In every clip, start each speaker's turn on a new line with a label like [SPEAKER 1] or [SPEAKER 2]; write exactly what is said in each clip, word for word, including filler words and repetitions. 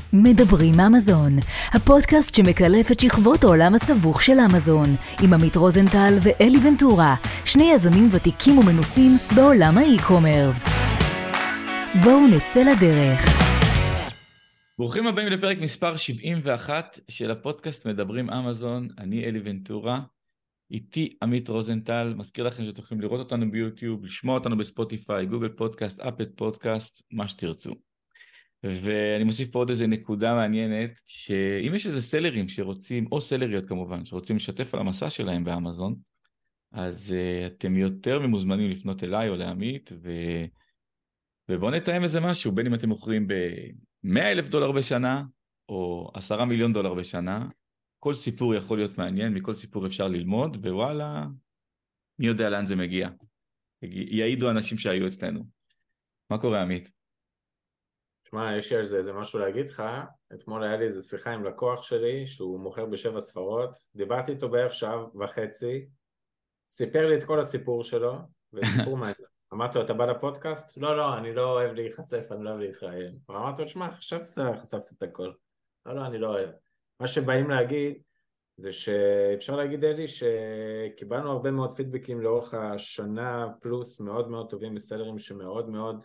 [SPEAKER 1] מדברים אמזון, הפודקאסט שמקלף את שכבות העולם הסבוך של אמזון, עם עמית רוזנטל ואלי ונטורה, שני יזמים ותיקים ומנוסים בעולם האי-קומרס. בואו נצא לדרך.
[SPEAKER 2] ברוכים הבאים לפרק מספר שבעים ואחת של הפודקאסט מדברים אמזון. אני אלי ונטורה, איתי עמית רוזנטל. מזכיר לכם שאתם יכולים לראות אותנו ביוטיוב, לשמוע אותנו בספוטיפיי, גוגל פודקאסט, אפל פודקאסט, מה שתרצו. ואני מוסיף פה עוד איזה נקודה מעניינת, שאם יש איזה סלרים שרוצים, או סלריות כמובן, שרוצים לשתף על המסע שלהם באמזון, אז uh, אתם יותר ממוזמנים לפנות אליי או לעמית, ו... ובואו נתאם איזה משהו, בין אם אתם מוכרים ב-מאה אלף דולר בשנה, או עשרה מיליון דולר בשנה. כל סיפור יכול להיות מעניין, מכל סיפור אפשר ללמוד, ווואלה, מי יודע לאן זה מגיע. יעידו אנשים שהיו אצלנו. מה קורה, עמית?
[SPEAKER 3] שמע, יש לי איזה, איזה משהו להגיד לך. אתמול היה לי איזה שיחה עם לקוח שלי, שהוא מוכר בשבע ספרות. דיברתי איתו בערך שעה וחצי, סיפר לי את כל הסיפור שלו, וסיפור מעניין. אמרתי לו, אתה בא לפודקאסט? לא, לא, אני לא אוהב להיחשף, אני לא אוהב להתראיין. ואמרתי לו, שמע, חשבתי חשפתי את הכל. לא, לא, אני לא אוהב. מה שבאים להגיד, זה שאפשר להגיד, אלי, שקיבלנו הרבה מאוד פידבקים לאורך השנה, פלוס מאוד מאוד טובים בסלרים שמאוד מאוד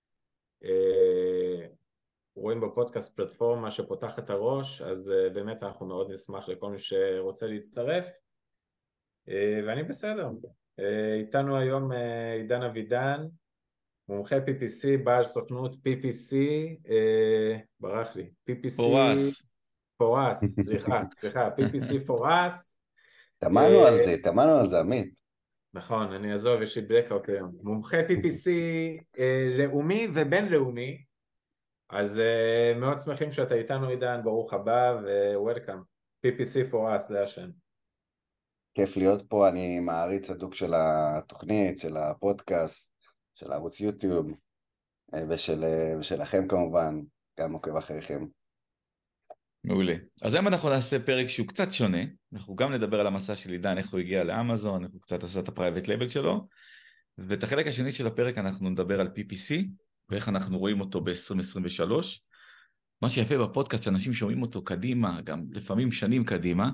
[SPEAKER 3] אה, רואים בפודקאסט פלטפורמה שפותחת הראש, אז אה, באמת אנחנו מאוד נשמח לכל מי שרוצה להצטרף, אה, ואני בסדר. אה, איתנו היום אה, עידן אבידן, מומחה פי פי סי, בעל סוכנות פי פי סי, אה, ברח לי, פי פי סי...
[SPEAKER 2] פורס.
[SPEAKER 3] פורס, סליחה, סליחה, פי פי סי פורס.
[SPEAKER 4] תמנו על זה, תמנו על זה, עמית.
[SPEAKER 3] נכון, אני אעזוב, יש לי בלקאוט היום. מומחה פי פי סי לאומי ובינלאומי, אז uh, מאוד שמחים שאתה איתנו, עידן, ברוך הבא ו-Welcome. פי פי סי for us, זה השם.
[SPEAKER 4] כיף להיות פה, אני מעריץ הדוק של התוכנית, של הפודקאסט, של ערוץ יוטיוב, ושל, ושלכם כמובן, גם עוקב אחריכם.
[SPEAKER 2] מעולה. אז היום אנחנו נעשה פרק שהוא קצת שונה, אנחנו גם נדבר על המסע של עידן, איך הוא הגיע לאמזון, איך הוא קצת עשה את הפרייבט לייבל שלו, ואת החלק השני של הפרק אנחנו נדבר על פי פי סי, ואיך אנחנו רואים אותו ב-עשרים עשרים ושלוש. מה שיפה בפודקאסט, שאנשים שומעים אותו קדימה, גם לפעמים שנים קדימה,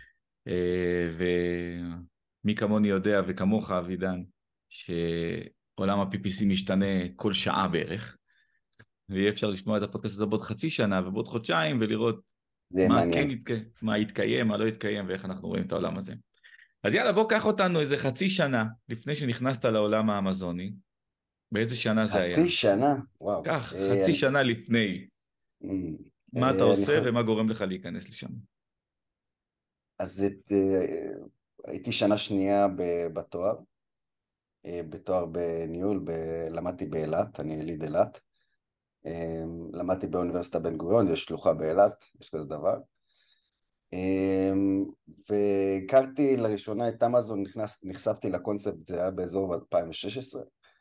[SPEAKER 2] ומי כמוני יודע, וכמוך עידן, שעולם ה-פי פי סי משתנה כל שעה בערך, ויהיה אפשר לשמוע את הפודקאסט הזה בעוד חצי שנה ובעוד חודשיים, ולראות מה כן יתקיים, מה יתקיים, מה לא יתקיים, ואיך אנחנו רואים את העולם הזה. אז יאללה, בוא קח אותנו איזה חצי שנה, לפני שנכנסת לעולם האמזוני. באיזה שנה זה היה?
[SPEAKER 4] חצי שנה? וואו.
[SPEAKER 2] קח, חצי שנה לפני. מה אתה עושה ומה גורם לך להיכנס לשם?
[SPEAKER 4] אז הייתי שנה שנייה בתואר, בתואר בניהול, למדתי באילת, אני יליד אילת. למדתי באוניברסיטה בן גוריון, יש שלוחה באילת, יש כזה דבר. והכרתי לראשונה את אמזון, נחשפתי לקונספט, זה היה באזור אלפיים ושש עשרה,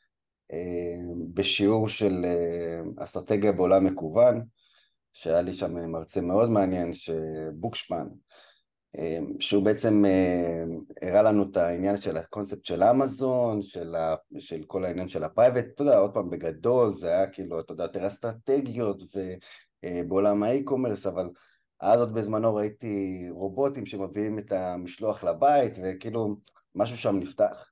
[SPEAKER 4] בשיעור של אסטרטגיה בעולם מקוון, שהיה לי שם מרצה מאוד מעניין, בוקשמן, שהוא בעצם הראה לנו את העניין של הקונספט של אמזון, של, ה, של כל העניין של הפרייבט, אתה יודע, עוד פעם בגדול, זה היה כאילו, אתה יודע, יותר אסטרטגיות ובעולם האי-קומרס, אבל אז עוד בזמנו ראיתי רובוטים שמביאים את המשלוח לבית, וכאילו משהו שם נפתח.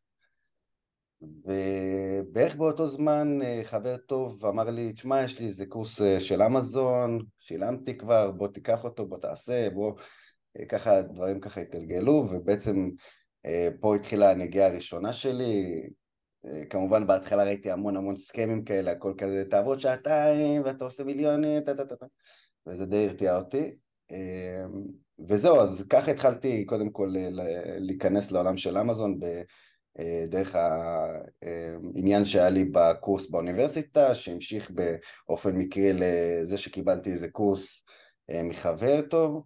[SPEAKER 4] ובערך באותו זמן חבר טוב אמר לי, תשמע, יש לי איזה קורס של אמזון, שילמתי כבר, בוא תיקח אותו, בוא תעשה, בוא... ככה דברים ככה התגלגלו, ובעצם פה התחילה הנגיעה הראשונה שלי. כמובן בהתחלה ראיתי המון המון סקמים כאלה, הכל כזה, תעבוד שעתיים ואתה עושה מיליונים, וזה די הרתיע אותי. וזהו, אז ככה התחלתי קודם כל להיכנס לעולם של אמזון, דרך העניין שהיה לי בקורס באוניברסיטה, שהמשיך באופן מקרי לזה שקיבלתי איזה קורס מחבר טוב,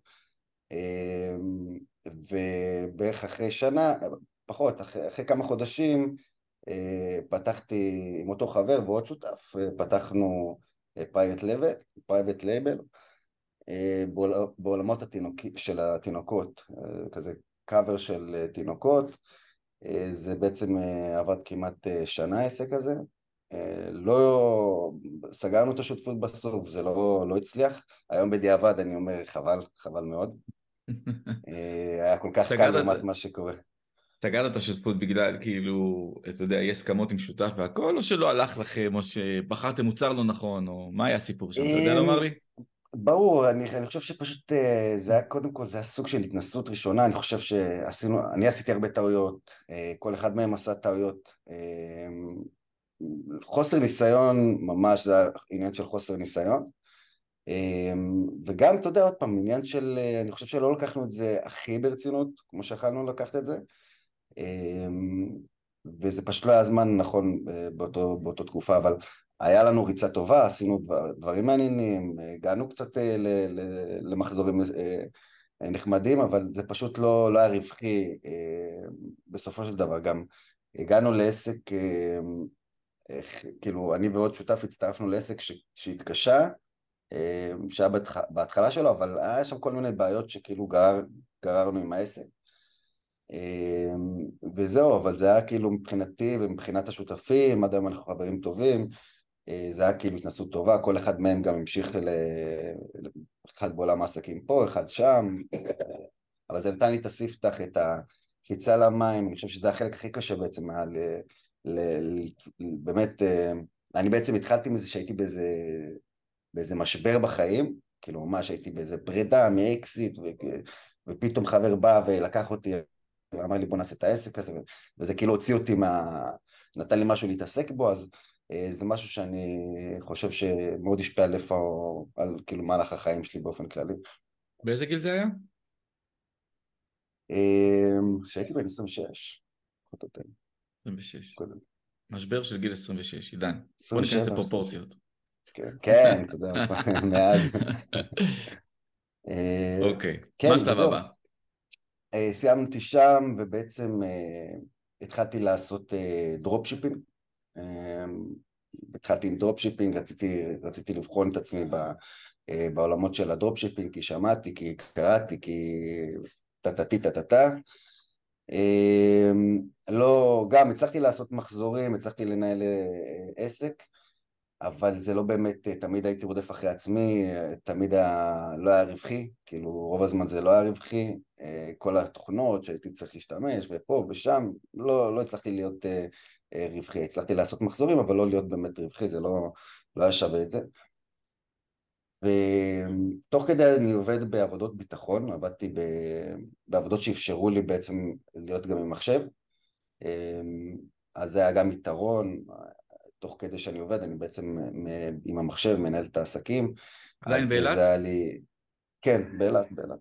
[SPEAKER 4] ובערך אחרי שנה, פחות, אחרי, אחרי כמה חודשים, פתחתי עם אותו חבר ועוד שותף, פתחנו פרייבט לייבל, פרייבט לייבל, בעולמות התינוק, של התינוקות, כזה קאבר של תינוקות. זה בעצם עבד כמעט שנה העסק הזה, לא, סגרנו את השותפות בסוף, זה לא, לא הצליח. היום בדיעבד אני אומר חבל, חבל מאוד. היה כל כך קל לעומת מה שקורה.
[SPEAKER 2] סגרת את השותפות בגלל, כאילו, אתה יודע, יש הסכמות עם שותף והכל, או שלא הלך לכם, או שבחרתם מוצר לא נכון, או מה היה הסיפור שם? אתה יודע לומר לי?
[SPEAKER 4] ברור, אני, אני חושב שפשוט זה היה, קודם כל, זה היה סוג של התנסות ראשונה. אני חושב שעשינו, אני עשיתי הרבה טעויות, כל אחד מהם עשה טעויות. חוסר ניסיון, ממש, זה עניין של חוסר ניסיון. וגם, אתה יודע, עוד פעם, עניין של, אני חושב שלא לקחנו את זה הכי ברצינות, כמו שיכולנו לקחת את זה. וזה פשוט לא היה זמן נכון באותו, באותו תקופה, אבל היה לנו ריצה טובה, עשינו דברים מעניינים, הגענו קצת למחזורים נחמדים, אבל זה פשוט לא, לא היה רווחי בסופו של דבר. גם הגענו לעסק, כאילו אני ועוד שותף הצטרפנו לעסק שהתקשה, שהיה בהתחלה שלו, אבל היה שם כל מיני בעיות שכאילו גרר, גררנו עם העסק. וזהו, אבל זה היה כאילו מבחינתי ומבחינת השותפים, עד היום אנחנו חברים טובים, זה היה כאילו התנסות טובה, כל אחד מהם גם המשיך ל... אחד בעולם העסקים פה, אחד שם, אבל זה נתן לי את הספתח, את הקפיצה למים. אני חושב שזה החלק הכי קשה בעצם, היה ל... ל... באמת, אני בעצם התחלתי מזה שהייתי באיזה, באיזה משבר בחיים, כאילו ממש הייתי באיזה פרידה מאקזיט, ו... ופתאום חבר בא ולקח אותי, ואמר לי בוא נעשה את העסק הזה, וזה כאילו הוציא אותי מה... נתן לי משהו להתעסק בו, אז זה משהו שאני חושב שמאוד השפיע על איפה, על כאילו מהלך החיים שלי באופן כללי.
[SPEAKER 2] באיזה גיל זה היה?
[SPEAKER 4] שהייתי בן עשרים ושש.
[SPEAKER 2] עשרים ושש. משבר של גיל עשרים ושש, עידן. בוא
[SPEAKER 4] עשרים ושבע,
[SPEAKER 2] ניכנס לפרופורציות.
[SPEAKER 4] כן, אתה יודע, מאז.
[SPEAKER 2] אוקיי, מה השלב הבא?
[SPEAKER 4] סיימתי שם, ובעצם התחלתי לעשות דרופשיפינג. התחלתי עם דרופשיפינג, רציתי, רציתי לבחון את עצמי בעולמות של הדרופשיפינג, כי שמעתי, כי קראתי, כי טטטי טטטה. לא, גם הצלחתי לעשות מחזורים, הצלחתי לנהל עסק, אבל זה לא באמת, תמיד הייתי רודף אחרי עצמי, תמיד לא היה רווחי, כאילו רוב הזמן זה לא היה רווחי, כל התוכנות שהייתי צריך להשתמש ופה ושם, לא, לא הצלחתי להיות רווחי, הצלחתי לעשות מחזורים, אבל לא להיות באמת רווחי, זה לא, לא היה שווה את זה. ותוך כדי אני עובד בעבודות ביטחון, עבדתי בעבודות שאפשרו לי בעצם להיות גם עם מחשב, אז זה היה גם יתרון, תוך כדי שאני עובד, אני בעצם עם המחשב מנהל את העסקים.
[SPEAKER 2] עדיין באילת?
[SPEAKER 4] זה היה לי... כן, באילת, באילת.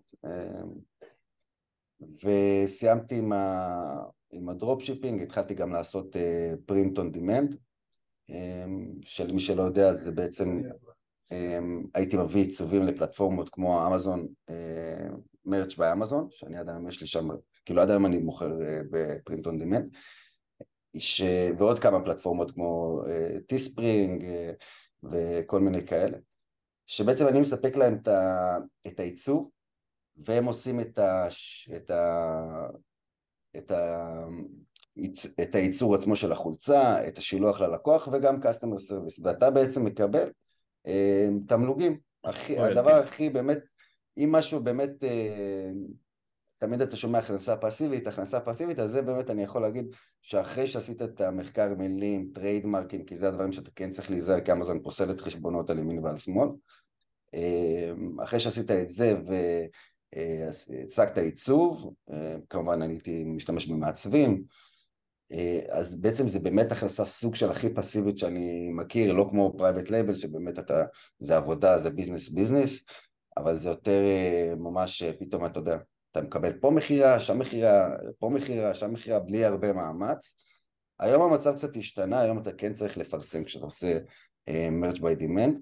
[SPEAKER 4] וסיימתי עם, ה... עם הדרופשיפינג, התחלתי גם לעשות print on demand, של מי שלא יודע, זה בעצם, הייתי מביא עיצובים לפלטפורמות כמו אמזון, מרץ' באמזון, שאני עד היום יש לי שם, כאילו עד היום אני מוכר בפרינט און דימנד, ש... ועוד כמה פלטפורמות כמו טיספרינג וכל מיני כאלה, שבעצם אני מספק להם את, ה... את העיצוב, והם עושים את, ה... את, ה... את, ה... את הייצור עצמו של החולצה, את השילוח ללקוח, וגם customer service, ואתה בעצם מקבל אה, תמלוגים. הכי, הדבר הכי באמת, אם משהו באמת, אה, תמיד אתה שומע הכנסה פסיבית, הכנסה פסיבית, אז זה באמת אני יכול להגיד שאחרי שעשית את המחקר מילים, טריידמרקים, כי זה הדברים שאתה כן צריך להיזהר, כי אמזון פוסלת חשבונות על ימין ועל שמאל, אה, אחרי שעשית את זה והצגת עיצוב, אה, כמובן אני הייתי משתמש במעצבים, אז בעצם זה באמת הכנסה סוג של הכי פסיבית שאני מכיר, לא כמו פרייבט לייבל שבאמת אתה, זה עבודה, זה ביזנס ביזנס, אבל זה יותר ממש פתאום אתה יודע, אתה מקבל פה מחירה, שם מחירה, פה מחירה, שם מחירה, בלי הרבה מאמץ. היום המצב קצת השתנה, היום אתה כן צריך לפרסם כשאתה עושה merch by demand,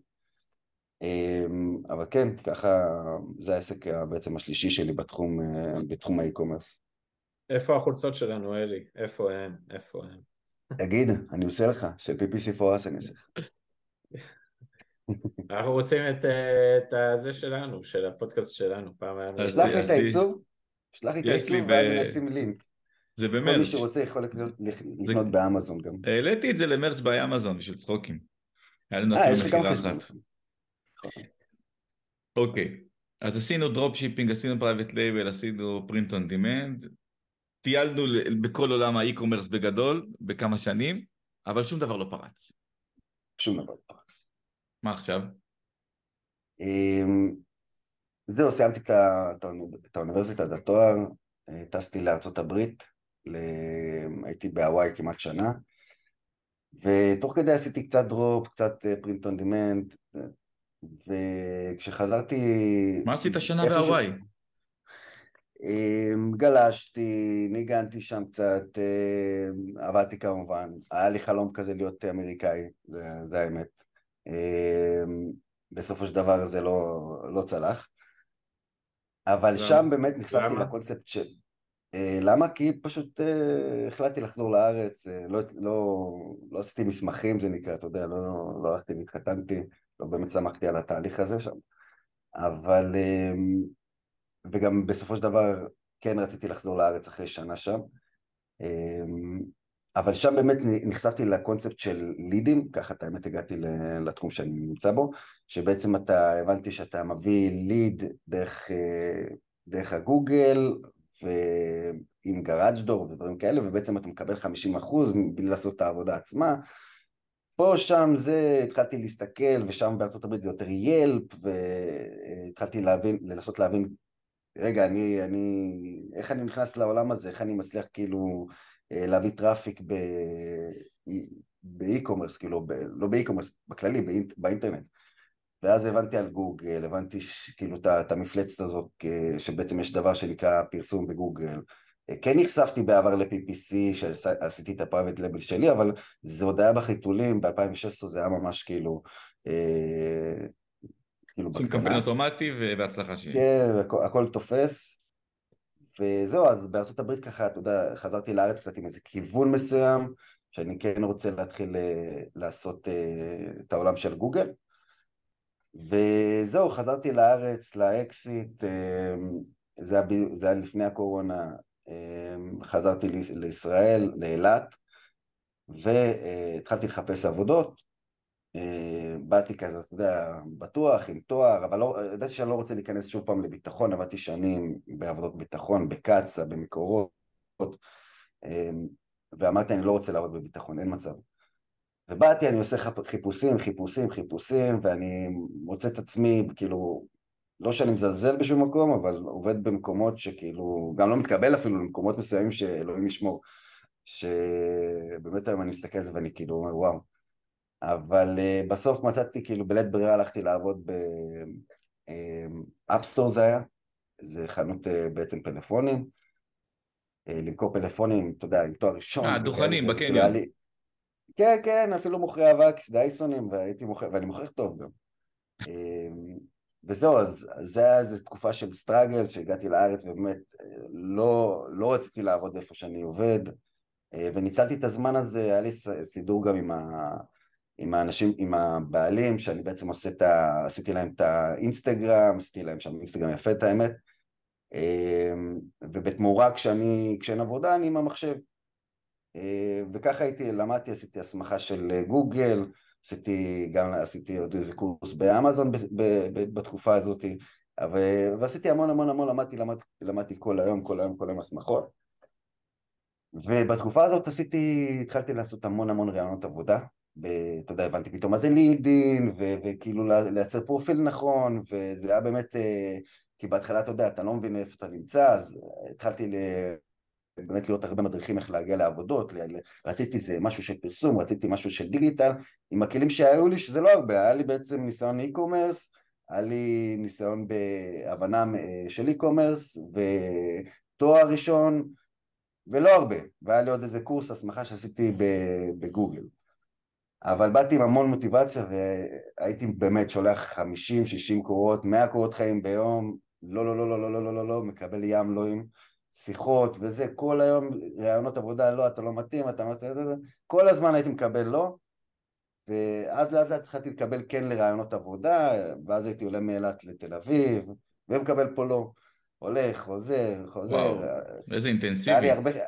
[SPEAKER 4] אבל כן, ככה זה העסק בעצם השלישי שלי בתחום, בתחום האי-קומרס.
[SPEAKER 3] איפה החולצות שלנו, אלי? איפה הם? איפה הם?
[SPEAKER 4] תגיד, אני עושה לך, של פי פי סי פור אס אני עושה לך.
[SPEAKER 3] אנחנו רוצים את זה שלנו, של הפודקאסט שלנו.
[SPEAKER 4] שלח לי את העיצוב, שלח לי את העיצוב, ואז נשים לינק.
[SPEAKER 2] זה
[SPEAKER 4] כל מי
[SPEAKER 2] במרץ.
[SPEAKER 4] שרוצה יכול לקנות,
[SPEAKER 2] זה...
[SPEAKER 4] לקנות באמזון גם.
[SPEAKER 2] העליתי את זה למרץ באמזון בשביל צחוקים. היה לנו
[SPEAKER 4] אה,
[SPEAKER 2] אפילו
[SPEAKER 4] יש לך גם
[SPEAKER 2] מחירה
[SPEAKER 4] חשבון.
[SPEAKER 2] אחת. אוקיי, אז עשינו דרופשיפינג, עשינו פרייבט לייבל, עשינו פרינט און דימנד, טיילנו בכל עולם האי-קומרס בגדול, בכמה שנים, אבל שום דבר לא פרץ.
[SPEAKER 4] שום דבר לא פרץ.
[SPEAKER 2] מה עכשיו?
[SPEAKER 4] זהו, סיימתי את, ה... את האוניברסיטה, את התואר, טסתי לארצות הברית, ל... הייתי בהוואי כמעט שנה, ותוך כדי עשיתי קצת דרופ, קצת פרינט און דימנד, וכשחזרתי...
[SPEAKER 2] מה עשית שנה
[SPEAKER 4] איפשהו...
[SPEAKER 2] בהוואי?
[SPEAKER 4] גלשתי, ניגנתי שם קצת, עבדתי כמובן, היה לי חלום כזה להיות אמריקאי, זה, זה האמת. בסופו של דבר זה לא, לא צלח. אבל
[SPEAKER 3] למה?
[SPEAKER 4] שם באמת נחשפתי
[SPEAKER 3] למה?
[SPEAKER 4] לקונספט של... למה? כי פשוט החלטתי לחזור לארץ, לא, לא, לא עשיתי מסמכים, זה נקרא, אתה יודע, לא, לא הלכתי, התחתנתי, לא באמת שמחתי על התהליך הזה שם. אבל... וגם בסופו של דבר כן רציתי לחזור לארץ אחרי שנה שם, אבל שם באמת נחשפתי לקונספט של לידים, ככה את האמת הגעתי לתחום שאני נמצא בו, שבעצם אתה, הבנתי שאתה מביא ליד דרך, דרך הגוגל, ועם גראז' דור ודברים כאלה, ובעצם אתה מקבל חמישים אחוז בלי לעשות את העבודה עצמה. פה שם זה, התחלתי להסתכל, ושם בארצות הברית זה יותר ילפ, והתחלתי להבין, לנסות להבין, רגע, אני, אני, איך אני נכנס לעולם הזה, איך אני מצליח כאילו להביא טראפיק ב, באי-קומרס, כאילו, ב, לא באי-קומרס, בכללי, באינט, באינטרנט. ואז הבנתי על גוגל, הבנתי ש, כאילו את המפלצת הזאת, שבעצם יש דבר שנקרא פרסום בגוגל. כן נחשפתי בעבר ל-פי פי סי, שעשיתי את הפרייבט לייבל שלי, אבל זה עוד היה בחיתולים, ב-אלפיים ושש עשרה זה היה ממש כאילו, אה, כאילו
[SPEAKER 2] עושים
[SPEAKER 4] בקטנה.
[SPEAKER 2] קמפיין אוטומטי ובהצלחה שיהיה.
[SPEAKER 4] כן, הכל, הכל תופס. וזהו, אז בארצות הברית ככה, אתה יודע, חזרתי לארץ קצת עם איזה כיוון מסוים, שאני כן רוצה להתחיל לעשות את העולם של גוגל. וזהו, חזרתי לארץ, לאקסיט, זה היה, זה היה לפני הקורונה, חזרתי לישראל, לאילת, והתחלתי לחפש עבודות. באתי כזה, אתה יודע, בטוח, עם תואר, אבל לא, ידעתי שאני לא רוצה להיכנס שוב פעם לביטחון, עבדתי שנים בעבודות ביטחון, בקצה, במקורות, ואמרתי, אני לא רוצה לעבוד בביטחון, אין מצב. ובאתי, אני עושה חיפושים, חיפושים, חיפושים, ואני מוצא את עצמי, כאילו, לא שאני מזלזל בשום מקום, אבל עובד במקומות שכאילו, גם לא מתקבל אפילו למקומות מסוימים שאלוהים ישמור, שבאמת היום אני מסתכל על זה ואני כאילו אומר, וואו. אבל uh, בסוף מצאתי, כאילו, בלית ברירה הלכתי לעבוד באפסטור זה היה, זה חנות uh, בעצם פלאפונים, uh, למכור פלאפונים, אתה יודע, עם תואר ראשון.
[SPEAKER 2] אה, דוכנים,
[SPEAKER 4] זה,
[SPEAKER 2] בקניון.
[SPEAKER 4] לי... כן, כן, אפילו מוכרי אבקס, דייסונים, והייתי מוכר, ואני מוכר טוב גם. uh, וזהו, אז זה היה איזו תקופה של סטרגל, שהגעתי לארץ, ובאמת לא, לא רציתי לעבוד איפה שאני עובד, uh, וניצלתי את הזמן הזה, היה לי סידור גם עם ה... עם האנשים, עם הבעלים, שאני בעצם עושה את ה... עשיתי להם את האינסטגרם, עשיתי להם שם אינסטגרם יפה את האמת, ובתמורה כשאני, כשאין עבודה אני עם המחשב, וככה הייתי, למדתי, עשיתי הסמכה של גוגל, עשיתי גם, עשיתי עוד איזה קורס באמזון ב, ב, ב, בתקופה הזאת, ועשיתי המון המון המון, למדתי, למדתי, למדתי כל היום, כל היום, כל היום הסמכות, ובתקופה הזאת עשיתי, התחלתי לעשות המון המון רעיונות עבודה, אתה יודע, הבנתי פתאום מה זה לידין, וכאילו לייצר פרופיל נכון, וזה היה באמת, כי בהתחלה אתה יודע, אתה לא מבין איפה אתה נמצא, אז התחלתי באמת להיות הרבה מדריכים איך להגיע לעבודות, רציתי זה משהו של פרסום, רציתי משהו של דיגיטל, עם הכלים שהיו לי, שזה לא הרבה, היה לי בעצם ניסיון אי-קומרס, היה לי ניסיון בהבנה של אי-קומרס, ותואר ראשון, ולא הרבה, והיה לי עוד איזה קורס הסמכה שעשיתי בגוגל. אבל באתי עם המון מוטיבציה, והייתי באמת שולח חמישים שישים קורות, מאה קורות חיים ביום, לא, לא, לא, לא, לא, לא, לא, לא, מקבל ים, לא עם שיחות וזה, כל היום רעיונות עבודה, לא, אתה לא מתאים, אתה מתאים, כל הזמן הייתי מקבל לא, ועד לאט לאט התחלתי לקבל כן לרעיונות עבודה, ואז הייתי עולה מאילת לתל אביב, ומקבל פה לא, הולך, חוזר, חוזר.
[SPEAKER 2] וואו, איזה אינטנסיבי.
[SPEAKER 4] היה לי הרבה...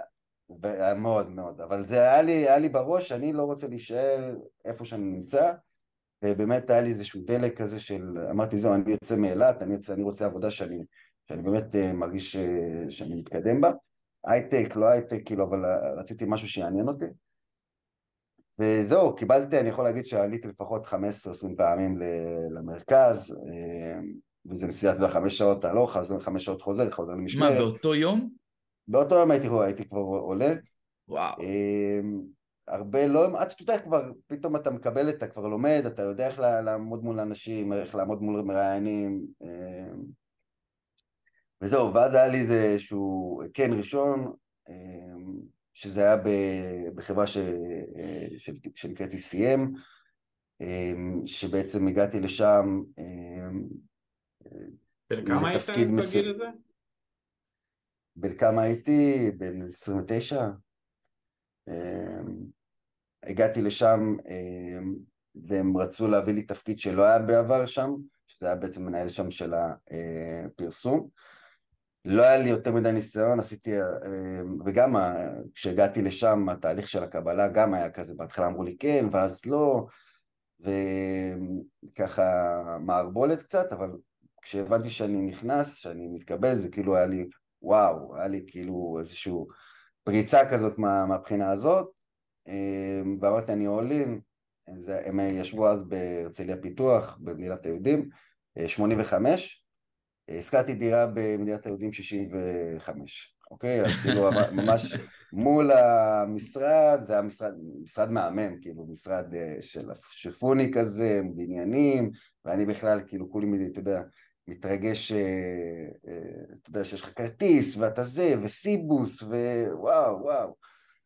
[SPEAKER 4] ו- מאוד מאוד, אבל זה היה לי, היה לי בראש, אני לא רוצה להישאר איפה שאני נמצא, ובאמת היה לי איזשהו דלק כזה של, אמרתי זהו, אני יוצא מאילת, אני יוצא, אני רוצה עבודה שאני, שאני באמת אה, מרגיש אה, שאני מתקדם בה, הייטק, לא הייטק, כאילו, אבל אה, רציתי משהו שיעניין אותי, וזהו, קיבלתי, אני יכול להגיד שעליתי לפחות חמש עשרה עשרים פעמים ל- למרכז, אה, וזה נסיעת בחמש שעות הלוך, אז חמש שעות חוזר, חוזר
[SPEAKER 2] מה,
[SPEAKER 4] למשמרת,
[SPEAKER 2] באותו יום?
[SPEAKER 4] באותו יום הייתי, הייתי כבר עולה,
[SPEAKER 2] וואו.
[SPEAKER 4] אמ, הרבה לא, עד שאתה יודע כבר, פתאום אתה מקבל, אתה כבר לומד, אתה יודע איך לעמוד מול אנשים, איך לעמוד מול מראיינים, אמ, וזהו, ואז היה לי איזה שהוא כן ראשון, אמ, שזה היה ב- בחברה ש- של- שנקראת T C M, אמ, שבעצם הגעתי לשם אמ,
[SPEAKER 3] בן כמה היית
[SPEAKER 4] לתפקיד
[SPEAKER 3] אז
[SPEAKER 4] מסוים,
[SPEAKER 3] בגיל הזה?
[SPEAKER 4] בן כמה הייתי? בן עשרים ותשע. אמ, הגעתי לשם אמ, והם רצו להביא לי תפקיד שלא היה בעבר שם, שזה היה בעצם מנהל שם של הפרסום. לא היה לי יותר מדי ניסיון, עשיתי, אמ, וגם ה- כשהגעתי לשם, התהליך של הקבלה גם היה כזה, בהתחלה אמרו לי כן, ואז לא, וככה מערבולת קצת, אבל כשהבנתי שאני נכנס, שאני מתקבל, זה כאילו היה לי, וואו, היה לי כאילו איזושהי פריצה כזאת מה, מהבחינה הזאת, אמ, ואמרתי אני אולין, הם ישבו אז בהרצליה פיתוח במדינת היהודים, אה, שמונים וחמש, הזכרתי דירה במדינת היהודים שישים וחמש, אוקיי? אז כאילו ממש מול המשרד, זה היה משרד, משרד מהמם, כאילו משרד אה, של שפוני כזה, בניינים, ואני בכלל כאילו כולי, אתה יודע, מתרגש, אה, אה, אתה יודע שיש לך כרטיס ואתה זה, וסיבוס, ווואו וואו,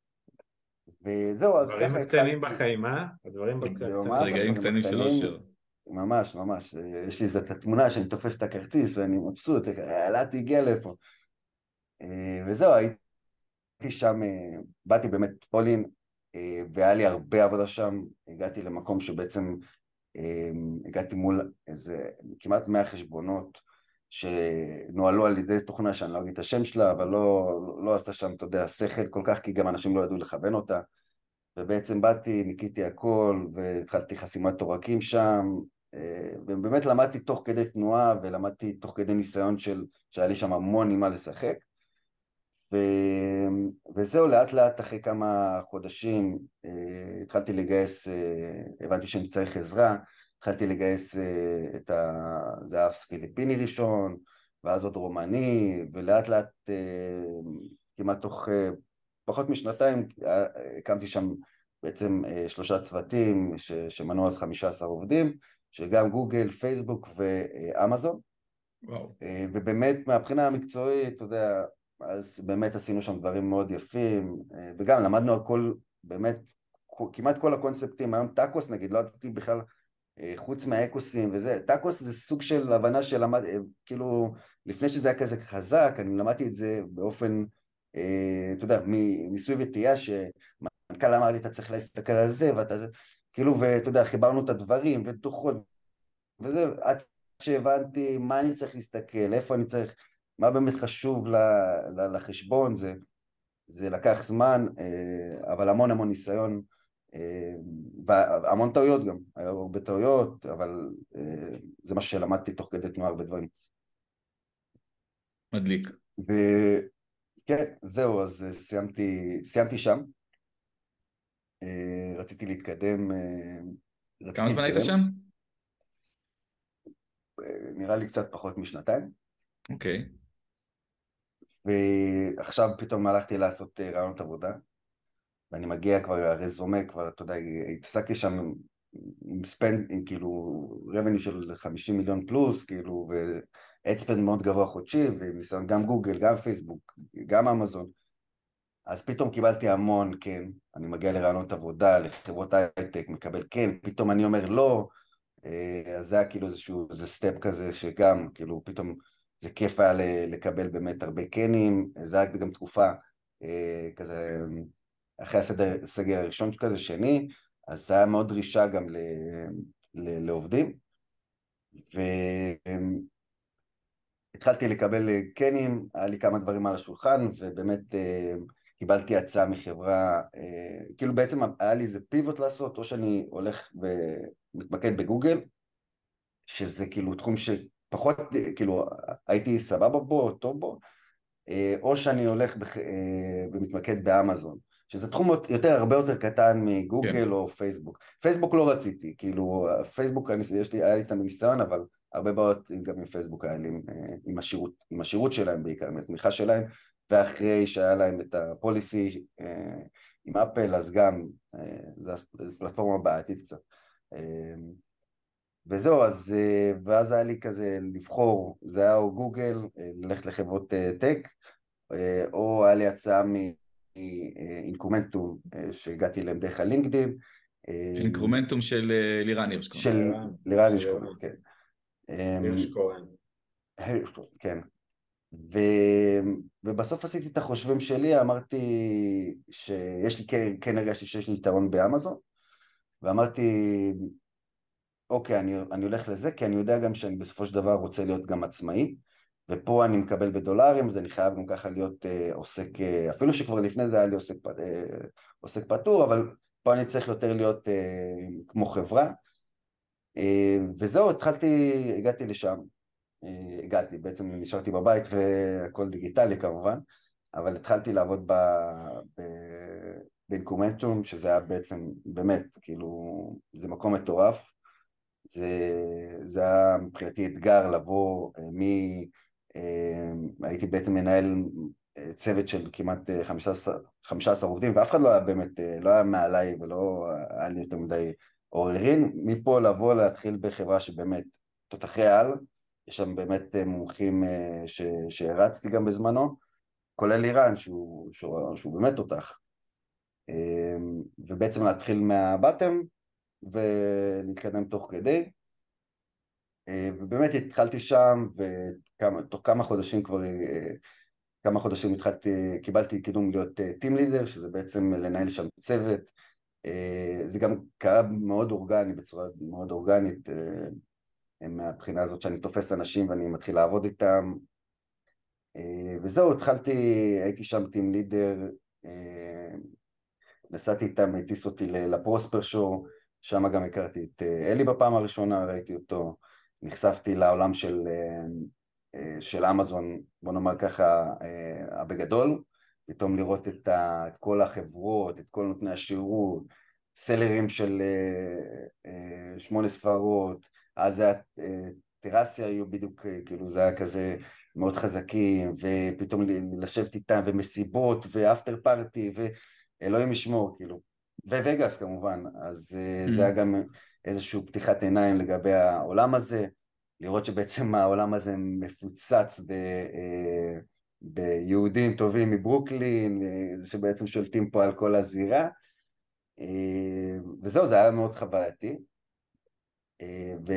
[SPEAKER 4] וזהו, אז
[SPEAKER 3] הדברים
[SPEAKER 4] ככה
[SPEAKER 3] הקטנים
[SPEAKER 4] התחלתי,
[SPEAKER 3] בחיים, אה? הדברים
[SPEAKER 4] זה
[SPEAKER 3] הקטנים
[SPEAKER 4] ממש
[SPEAKER 2] רגעים
[SPEAKER 3] בחיים.
[SPEAKER 2] קטנים של
[SPEAKER 4] הקטנים,
[SPEAKER 2] אושר.
[SPEAKER 4] ממש ממש, יש לי איזו תמונה שאני תופס את הכרטיס ואני מבסוט, אלעד הגיע לפה, אה, וזהו, הייתי שם, אה, באתי באמת פולין, אה, והיה לי הרבה עבודה שם, הגעתי למקום שבעצם אה, הגעתי מול איזה כמעט מאה חשבונות שנוהלו על ידי תוכנה שאני לא אגיד את השם שלה, אבל לא, לא עשתה שם, אתה יודע, שכל כל כך, כי גם אנשים לא ידעו לכוון אותה, ובעצם באתי, ניקיתי הכל, והתחלתי חסימת עורקים שם, אה, ובאמת למדתי תוך כדי תנועה, ולמדתי תוך כדי ניסיון של, שהיה לי שם המון עם מה לשחק, ו... וזהו, לאט לאט אחרי כמה חודשים אה, התחלתי לגייס, אה, הבנתי שאני צריך עזרה, התחלתי לגייס אה, את ה... זה היה פיליפיני ראשון, ואז עוד רומני, ולאט לאט, אה, כמעט תוך אה, פחות משנתיים, אה, הקמתי שם בעצם אה, שלושה צוותים ש... שמנו אז חמישה עשר עובדים, שגם גוגל, פייסבוק ואמזון,
[SPEAKER 2] וואו.
[SPEAKER 4] אה, ובאמת מהבחינה המקצועית, אתה יודע, אז באמת עשינו שם דברים מאוד יפים, אה, וגם למדנו הכל, באמת, כמעט כל הקונספטים, היום טאקוס נגיד, לא ידעתי בכלל, אה, חוץ מהאקוסים וזה, טאקוס זה סוג של הבנה שלמד, אה, כאילו, לפני שזה היה כזה חזק, אני למדתי את זה באופן, אה, אתה יודע, מניסוי וטעייה, שמנכ"ל אמר לי, אתה צריך להסתכל על זה, ואתה, כאילו, ואתה יודע, חיברנו את הדברים, ודוחות, וזה, עד שהבנתי מה אני צריך להסתכל, איפה אני צריך, מה באמת חשוב ל, ל, לחשבון, זה, זה לקח זמן, אה, אבל המון המון ניסיון, אה, והמון טעויות גם, היו הרבה טעויות, אבל אה, זה מה שלמדתי תוך כדי תנועה הרבה דברים.
[SPEAKER 2] מדליק.
[SPEAKER 4] וכן, זהו, אז סיימתי, סיימתי שם, אה, רציתי להתקדם, אה,
[SPEAKER 2] כמה
[SPEAKER 4] רציתי
[SPEAKER 2] זמן היית
[SPEAKER 4] להתקדם,
[SPEAKER 2] שם?
[SPEAKER 4] אה, נראה לי קצת פחות משנתיים.
[SPEAKER 2] אוקיי.
[SPEAKER 4] ועכשיו פתאום הלכתי לעשות אה, רעיונות עבודה, ואני מגיע כבר, הרזומה כבר, אתה יודע, התעסקתי שם עם ספנד, עם כאילו רבניו של חמישים מיליון פלוס, כאילו, ואדספנד מאוד גבוה חודשי, ועם ניסיון גם גוגל, גם פייסבוק, גם אמזון, אז פתאום קיבלתי המון כן, אני מגיע לרעיונות עבודה, לחברות הייטק, מקבל כן, פתאום אני אומר לא, אה, אז זה היה כאילו איזשהו, זה סטפ כזה שגם, כאילו, פתאום זה כיף היה ל- לקבל באמת הרבה קנים, זה היה גם תקופה אה, כזה, אחרי הסדר, הסגר הראשון כזה, שני, אז זה היה מאוד דרישה גם ל, ל, לעובדים, והתחלתי לקבל קנים, היה לי כמה דברים על השולחן, ובאמת אה, קיבלתי הצעה מחברה, כאילו בעצם היה לי איזה פיבוט לעשות, או שאני הולך ומתמקד בגוגל, שזה כאילו תחום שפחות, כאילו הייתי סבבה בו, טוב בו, או שאני הולך ומתמקד באמזון, שזה תחום יותר, הרבה יותר קטן מגוגל כן. או פייסבוק. פייסבוק לא רציתי, כאילו פייסבוק יש לי, היה לי איתם ניסיון, אבל הרבה בעיות גם עם פייסבוק היה לי עם השירות, עם השירות שלהם בעיקר, עם התמיכה שלהם, ואחרי שהיה להם את הפוליסי עם אפל, אז גם, זו פלטפורמה בעייתית קצת. וזהו, אז, ואז היה לי כזה לבחור, זה היה או גוגל, ללכת לחברות טק, או היה לי הצעה מאינקרומנטום, שהגעתי להם דרך הלינקדין.
[SPEAKER 2] אינקרומנטום של לירן הירשקורן.
[SPEAKER 4] של לירן הירשקורן, כן.
[SPEAKER 3] הירשקורן.
[SPEAKER 4] כן. ו... ובסוף עשיתי את החושבים שלי, אמרתי שיש לי, כן, כן הרגשתי שיש לי יתרון באמזון, ואמרתי, אוקיי, אני, אני הולך לזה, כי אני יודע גם שאני בסופו של דבר רוצה להיות גם עצמאי, ופה אני מקבל בדולרים, אז אני חייב גם ככה להיות אה, עוסק, אה, אפילו שכבר לפני זה היה לי עוסק, אה, עוסק פטור, אבל פה אני צריך יותר להיות אה, כמו חברה, אה, וזהו, התחלתי, הגעתי לשם, אה, הגעתי, בעצם נשארתי בבית והכל דיגיטלי כמובן, אבל התחלתי לעבוד ב... ב... באינקרומנטום, שזה היה בעצם, באמת, כאילו, זה מקום מטורף, זה, זה היה מבחינתי אתגר לבוא מ... הייתי בעצם מנהל צוות של כמעט חמישה עשר עובדים, ואף אחד לא היה באמת, לא היה מעליי ולא היה לי יותר מדי עוררין, מפה לבוא להתחיל בחברה שבאמת תותחי על, יש שם באמת מומחים ש... שהרצתי גם בזמנו, כולל איראן שהוא, שהוא, שהוא באמת תותח, ובעצם להתחיל מהבטם ולהתקדם תוך כדי, ובאמת התחלתי שם, ותוך כמה חודשים כבר, כמה חודשים התחלתי, קיבלתי קידום להיות טים לידר, שזה בעצם לנהל שם צוות, זה גם קרה מאוד אורגני, בצורה מאוד אורגנית, מהבחינה הזאת שאני תופס אנשים ואני מתחיל לעבוד איתם, וזהו, התחלתי, הייתי שם טים לידר, נסעתי איתם, הטיס אותי לפרוספר שואו, שם גם הכרתי את אלי בפעם הראשונה, ראיתי אותו, נחשפתי לעולם של, של אמזון, בוא נאמר ככה, בגדול, פתאום לראות את, ה, את כל החברות, את כל נותני השירות, סלרים של שמונה ספרות, אז זה הטרסיה היו בדיוק, כאילו זה היה כזה מאוד חזקים, ופתאום לשבת איתם, ומסיבות, ואפטר פארטי, ואלוהים ישמור, כאילו, ווגאס כמובן, אז mm. זה היה גם איזושהי פתיחת עיניים לגבי העולם הזה, לראות שבעצם העולם הזה מפוצץ ב, ביהודים טובים מברוקלין, שבעצם שולטים פה על כל הזירה, וזהו, זה היה מאוד חווייתי. ו...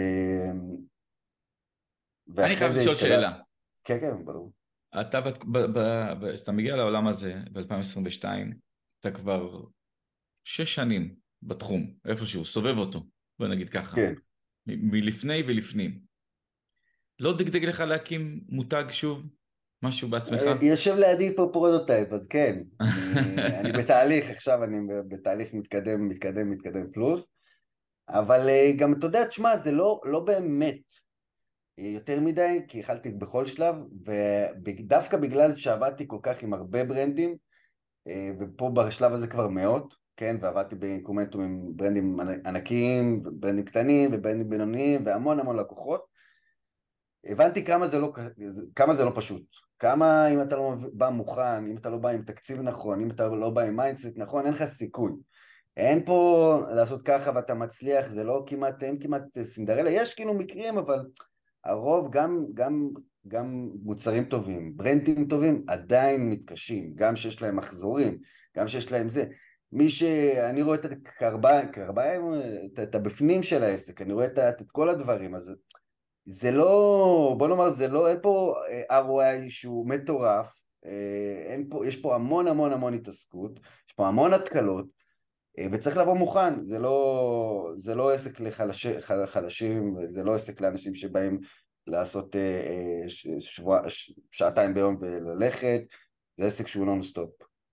[SPEAKER 2] אני חייב לשאול שאלה.
[SPEAKER 4] כן, כן, ברור.
[SPEAKER 2] אתה, אתה מגיע לעולם הזה ב-אלפיים עשרים ושתיים, אתה כבר שש שנים בתחום, איפשהו, סובב אותו, בוא נגיד ככה.
[SPEAKER 4] כן.
[SPEAKER 2] מ- מלפני ולפנים. לא דגדג לך להקים מותג שוב? משהו בעצמך?
[SPEAKER 4] יושב לידי פה פרודוטייפ, אז כן. אני, אני בתהליך, עכשיו אני בתהליך מתקדם, מתקדם, מתקדם פלוס, אבל גם אתה יודע, תשמע, זה לא, לא באמת יותר מדי, כי יכלתי בכל שלב, ודווקא בגלל שעבדתי כל כך עם הרבה ברנדים, ופה בשלב הזה כבר מאות, כן, ועבדתי באינקרומנטום עם ברנדים ענקיים, ברנדים קטנים וברנדים בינוניים, והמון המון לקוחות, הבנתי כמה זה לא, כמה זה לא פשוט, כמה אם אתה לא בא מוכן, אם אתה לא בא עם תקציב נכון, אם אתה לא בא עם מיינדסט נכון, אין לך סיכוי. אין פה לעשות ככה ואתה מצליח, זה לא כמעט, אין כמעט סינדרלה, יש כאילו מקרים, אבל הרוב גם, גם, גם מוצרים טובים, ברנדים טובים, עדיין מתקשים, גם שיש להם מחזורים, גם שיש להם זה. מי שאני רואה את הקרביים, קרביים, את, את הבפנים של העסק, אני רואה את, את כל הדברים, אז זה לא, בוא נאמר, זה לא, אין פה אר או איי שהוא מטורף, אין פה, יש פה המון המון המון התעסקות, יש פה המון התקלות, וצריך לבוא מוכן, זה לא, זה לא עסק לחלשים, זה לא עסק לאנשים שבאים לעשות שבוע, שעתיים ביום וללכת, זה עסק שהוא נון סטופ.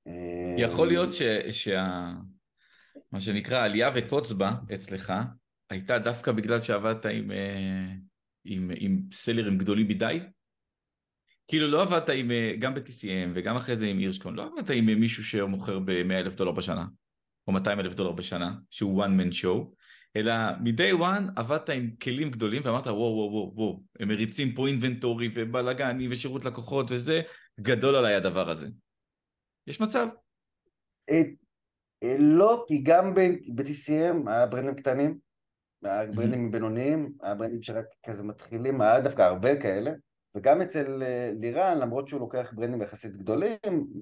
[SPEAKER 2] יכול להיות ש... שה... מה שנקרא, עלייה וקוץ בה אצלך, הייתה דווקא בגלל שעבדת עם, עם, עם סלרים גדולים מדי? כאילו לא עבדת עם, גם ב-טי סי אם וגם אחרי זה עם הירשקון, לא עבדת עם מישהו שמוכר ב-מאה אלף דולר בשנה, או מאתיים אלף דולר בשנה, שהוא one man show, אלא מ-day one עבדת עם כלים גדולים ואמרת וואו וואו וואו וואו, הם מריצים פה אינבנטורי ובלגני ושירות לקוחות וזה, גדול עליי הדבר הזה. יש מצב?
[SPEAKER 4] לא, כי גם ב-טי סי אם היה ברנדים קטנים, היה ברנדים בינוניים, היה ברנדים שרק כזה מתחילים, היה דווקא הרבה כאלה, וגם אצל לירן, למרות שהוא לוקח ברנדים יחסית גדולים,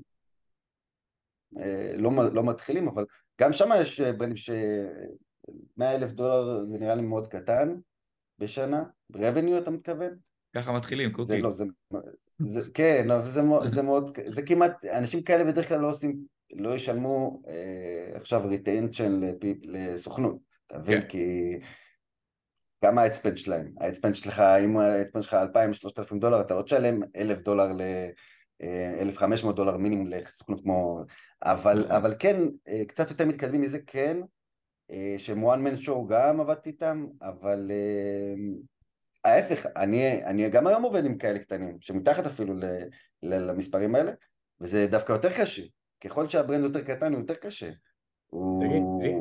[SPEAKER 4] לא, לא מתחילים, אבל גם שם יש ברנדים ש-מאה אלף דולר זה נראה לי מאוד קטן בשנה, ברבניו אתה מתכוון?
[SPEAKER 2] ככה מתחילים, קוקי.
[SPEAKER 4] זה לא, זה, זה, כן, אבל זה, זה מאוד, זה כמעט, אנשים כאלה בדרך כלל לא עושים, לא ישלמו אה, עכשיו ריטיינשן לסוכנות, אתה מבין?
[SPEAKER 2] כן.
[SPEAKER 4] כי כמה האצפנד שלהם? האצפנד שלך, אם האצפנד שלך אלפיים שלושת אלפים דולר, אתה לא תשלם אלף דולר ל... אלף וחמש מאות דולר מינימום לסוכנות כמו... אבל, אבל כן, קצת יותר מתקדמים מזה, כן, שהם one man show גם עבדתי איתם, אבל ההפך, אני, אני גם היום עובד עם כאלה קטנים, שמתחת אפילו ל, ל, למספרים האלה, וזה דווקא יותר קשה. ככל שהברנד יותר קטן הוא יותר קשה.
[SPEAKER 3] תגיד,
[SPEAKER 4] הוא...
[SPEAKER 3] לי,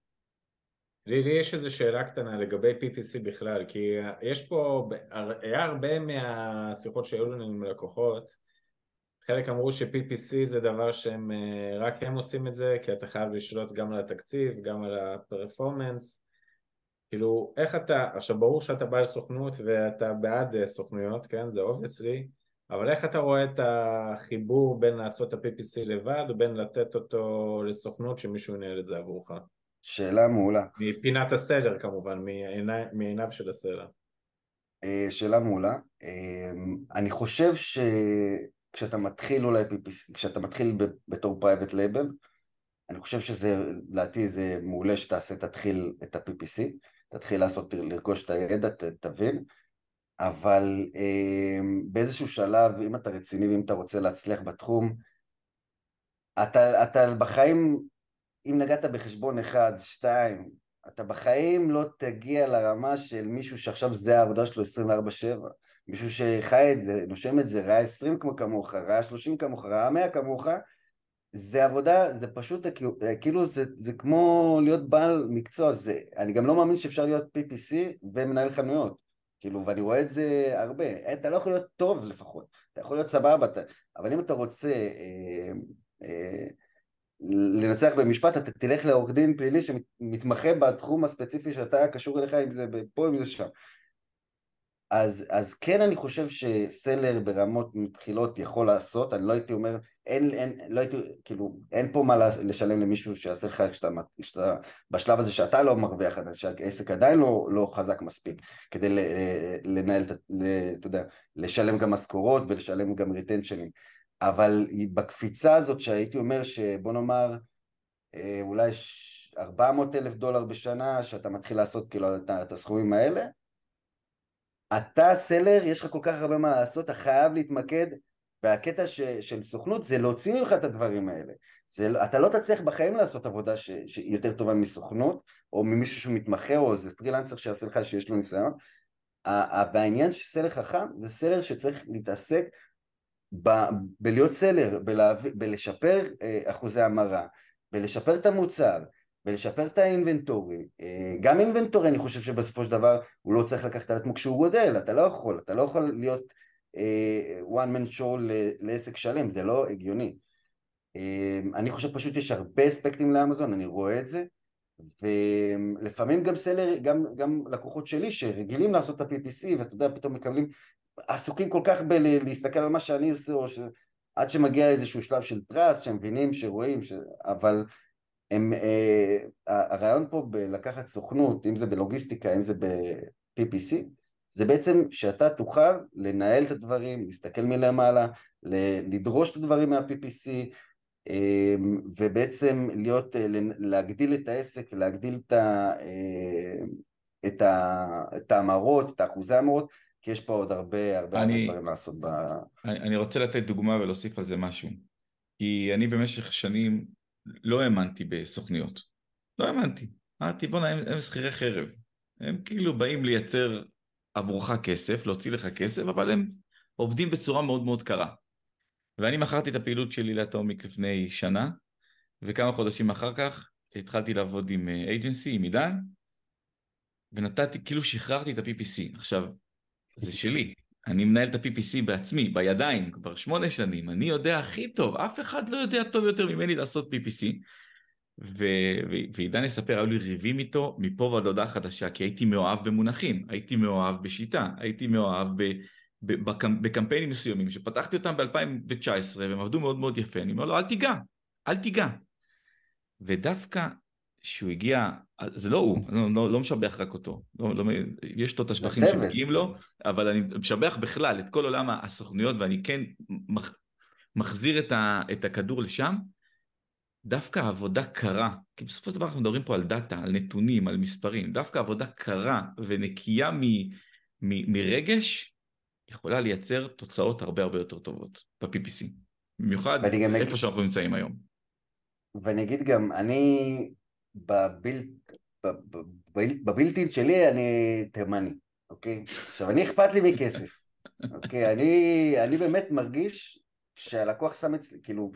[SPEAKER 3] לי, לי יש איזו שאלה קטנה לגבי פי פי סי בכלל, כי יש פה, היה הרבה מהשיחות שהיו לנו עם לקוחות, חלק אמרו ש-פי פי סי זה דבר שהם, רק הם עושים את זה, כי אתה חייב לשלוט גם על התקציב, גם על הפרפורמנס, כאילו, איך אתה, עכשיו ברור שאתה בא לסוכנות ואתה בעד סוכנויות, כן, זה obviously, אבל איך אתה רואה את החיבור בין לעשות את ה-פי פי סי לבד, או בין לתת אותו לסוכנות שמישהו ינהל את זה עבורך?
[SPEAKER 4] שאלה מעולה.
[SPEAKER 3] מפינת הסלר כמובן, מעיני, מעיניו של הסלר.
[SPEAKER 4] שאלה מעולה. אני חושב שכשאתה מתחיל אולי פי פי סי, כשאתה מתחיל בתור פרייבט לייבל, אני חושב שזה, לדעתי זה מעולה שתעשה, תתחיל את ה-פי פי סי, תתחיל לעשות, לרכוש את הידע, תבין, אבל אה, באיזשהו שלב, אם אתה רציני ואם אתה רוצה להצליח בתחום, אתה, אתה בחיים, אם נגעת בחשבון אחד, שתיים, אתה בחיים לא תגיע לרמה של מישהו שעכשיו זה העבודה שלו עשרים וארבע שבע, מישהו שחי את זה, נושם את זה, ראה עשרים כמו כמוך, ראה שלושים כמוך, ראה מאה כמוך, זה עבודה, זה פשוט, כאילו זה, זה כמו להיות בעל מקצוע, זה, אני גם לא מאמין שאפשר להיות פי פי סי ומנהל חנויות, כאילו, ואני רואה את זה הרבה, אתה לא יכול להיות טוב לפחות, אתה יכול להיות סבבה, אתה, אבל אם אתה רוצה אה, אה, לנצח במשפט, אתה תלך לעורך דין פלילי שמתמחה בתחום הספציפי שאתה קשור אליך, אם זה פה, אם זה שם. אז, אז כן אני חושב שסלר ברמות מתחילות יכול לעשות, אני לא הייתי אומר, אין, אין, לא הייתי, כאילו, אין פה מה לשלם למישהו שיעשה לך כשאתה, כשאתה, בשלב הזה שאתה לא מרוויח, שהעסק עדיין לא, לא חזק מספיק, כדי לנהל, אתה יודע, לשלם גם משכורות ולשלם גם ריטנשנים, אבל בקפיצה הזאת שהייתי אומר שבוא נאמר, אולי ארבע מאות אלף דולר בשנה, שאתה מתחיל לעשות כאילו את הסכומים האלה, אתה סלר, יש לך כל כך הרבה מה לעשות, אתה חייב להתמקד, והקטע ש, של סוכנות זה להוציא ממך את הדברים האלה. זה, אתה לא תצליח בחיים לעשות עבודה ש, שיותר טובה מסוכנות, או ממישהו שהוא מתמחה, או איזה פרילנסר שיעשה לך שיש לו ניסיון. בעניין של סלר חכם, זה סלר שצריך להתעסק ב, בלהיות סלר, בלהביא, בלשפר אחוזי המרה, בלשפר את המוצר, ולשפר את האינבנטורי. גם אינבנטורי אני חושב שבסופו של דבר הוא לא צריך לקחת על עצמו כשהוא גודל, אתה לא יכול, אתה לא יכול להיות one man show לעסק שלם, זה לא הגיוני. אני חושב פשוט יש הרבה אספקטים לאמזון, אני רואה את זה, ולפעמים גם סלר, גם, גם לקוחות שלי שרגילים לעשות את ה-פי פי סי, ואתה יודע, פתאום מקבלים, עסוקים כל כך בלהסתכל על מה שאני עושה, או ש... עד שמגיע איזשהו שלב של טרס, שהם מבינים, שרואים, ש... אבל הם, אה, הרעיון פה בלקחת סוכנות, אם זה בלוגיסטיקה, אם זה ב-פי פי סי, זה בעצם שאתה תוכל לנהל את הדברים, להסתכל מלמעלה, לדרוש את הדברים מה-פי פי סי, אה, ובעצם להיות, להגדיל את העסק, להגדיל את, ה, אה, את, ה, את האמרות, את האחוזי האמרות, כי יש פה עוד הרבה, הרבה,
[SPEAKER 2] אני,
[SPEAKER 4] הרבה דברים לעשות ב...
[SPEAKER 2] אני, אני רוצה לתת דוגמה ולהוסיף על זה משהו. כי אני במשך שנים לא האמנתי בסוכניות. לא האמנתי. אמרתי, בוא נעים, הם שכירי חרב. הם כאילו באים לייצר עבורך כסף, להוציא לך כסף, אבל הם עובדים בצורה מאוד מאוד קרה. ואני מכרתי את הפעילות שלי לאטומיק לפני שנה, וכמה חודשים אחר כך התחלתי לעבוד עם אייג'נסי, עם עידן, ונתתי, כאילו שחררתי את ה-פי פי סי. עכשיו, זה שלי. אני מנהל את ה-פי פי סי בעצמי, בידיים, כבר שמונה שנים. אני יודע הכי טוב, אף אחד לא יודע טוב יותר ממני לעשות פי פי סי. ו... ו... ועידן יספר, היו לי ריבים איתו מפה ועד הודעה חדשה, כי הייתי מאוהב במונחים, הייתי מאוהב בשיטה, הייתי מאוהב ב... ב... בקמפ... בקמפיינים מסוימים, שפתחתי אותם ב-אלפיים תשע עשרה, והם עבדו מאוד מאוד יפה. אני אומר לו, אל תיגע, אל תיגע. ודווקא שהוא הגיע, זה לא הוא, לא, לא, לא משבח רק אותו, לא, לא, יש לו את השבחים שמגיעים לו, אבל אני משבח בכלל את כל עולם הסוכניות, ואני כן מח, מחזיר את, ה, את הכדור לשם, דווקא עבודה קרה, כי בסופו של דבר אנחנו מדברים פה על דאטה, על נתונים, על מספרים, דווקא עבודה קרה ונקייה מ, מ, מרגש, יכולה לייצר תוצאות הרבה הרבה יותר טובות ב-פי פי סי, במיוחד איפה
[SPEAKER 4] נגיד,
[SPEAKER 2] שאנחנו נמצאים היום.
[SPEAKER 4] ואני אגיד גם, אני בבילט, בבילטין שלי אני תימני, אוקיי? עכשיו, אני אכפת לי מכסף, אוקיי? אני, אני באמת מרגיש שהלקוח שם אצלי, כאילו,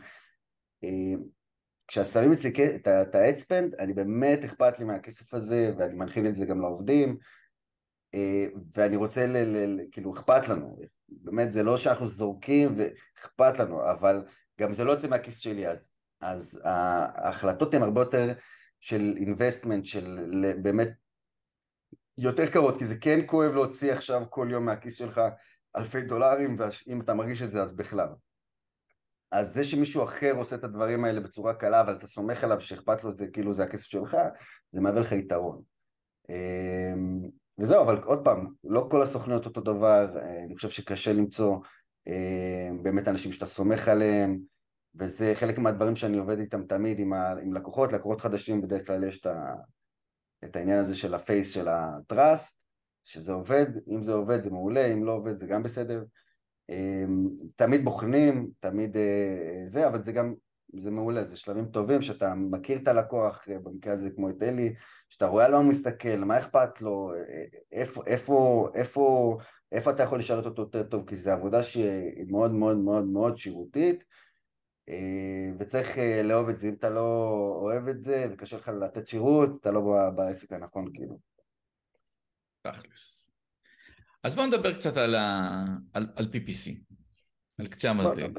[SPEAKER 4] כששמים אצלי את ה-ad-spend, אני באמת אכפת לי מהכסף הזה, ואני מנחיל את זה גם לעובדים, ואני רוצה, ל, ל, כאילו, אכפת לנו, באמת זה לא שאנחנו זורקים ואכפת לנו, אבל גם זה לא יוצא מהכיס שלי, אז, אז ההחלטות הן הרבה יותר של investment, של באמת יותר קרות, כי זה כן כואב להוציא עכשיו כל יום מהכיס שלך אלפי דולרים, ואם אתה מרגיש את זה אז בכלל. אז זה שמישהו אחר עושה את הדברים האלה בצורה קלה, אבל אתה סומך עליו שאכפת לו את זה, כאילו זה הכסף שלך, זה מעבר לך יתרון. וזהו, אבל עוד פעם, לא כל הסוכניות אותו דבר, אני חושב שקשה למצוא באמת אנשים שאתה סומך עליהם, וזה חלק מהדברים שאני עובד איתם תמיד עם, ה, עם לקוחות, לקוחות חדשים בדרך כלל יש את, ה, את העניין הזה של הפייס של הטראסט, שזה עובד, אם זה עובד זה מעולה, אם לא עובד זה גם בסדר, תמיד בוחנים, תמיד זה, אבל זה גם, זה מעולה, זה שלבים טובים שאתה מכיר את הלקוח, במקרה הזה כמו את אלי, שאתה רואה על מה הוא מסתכל, מה אכפת לו, איפה, איפה, איפה, איפה אתה יכול לשרת אותו יותר טוב, כי זו עבודה שהיא מאוד מאוד מאוד מאוד שירותית, וצריך לאהוב את זה. אם אתה לא אוהב את זה וקשה לך לתת שירות, אתה לא בעסק הנכון כאילו.
[SPEAKER 2] תכלס. אז בואו נדבר קצת על, ה... על, על פי פי סי, על קצה המזלג.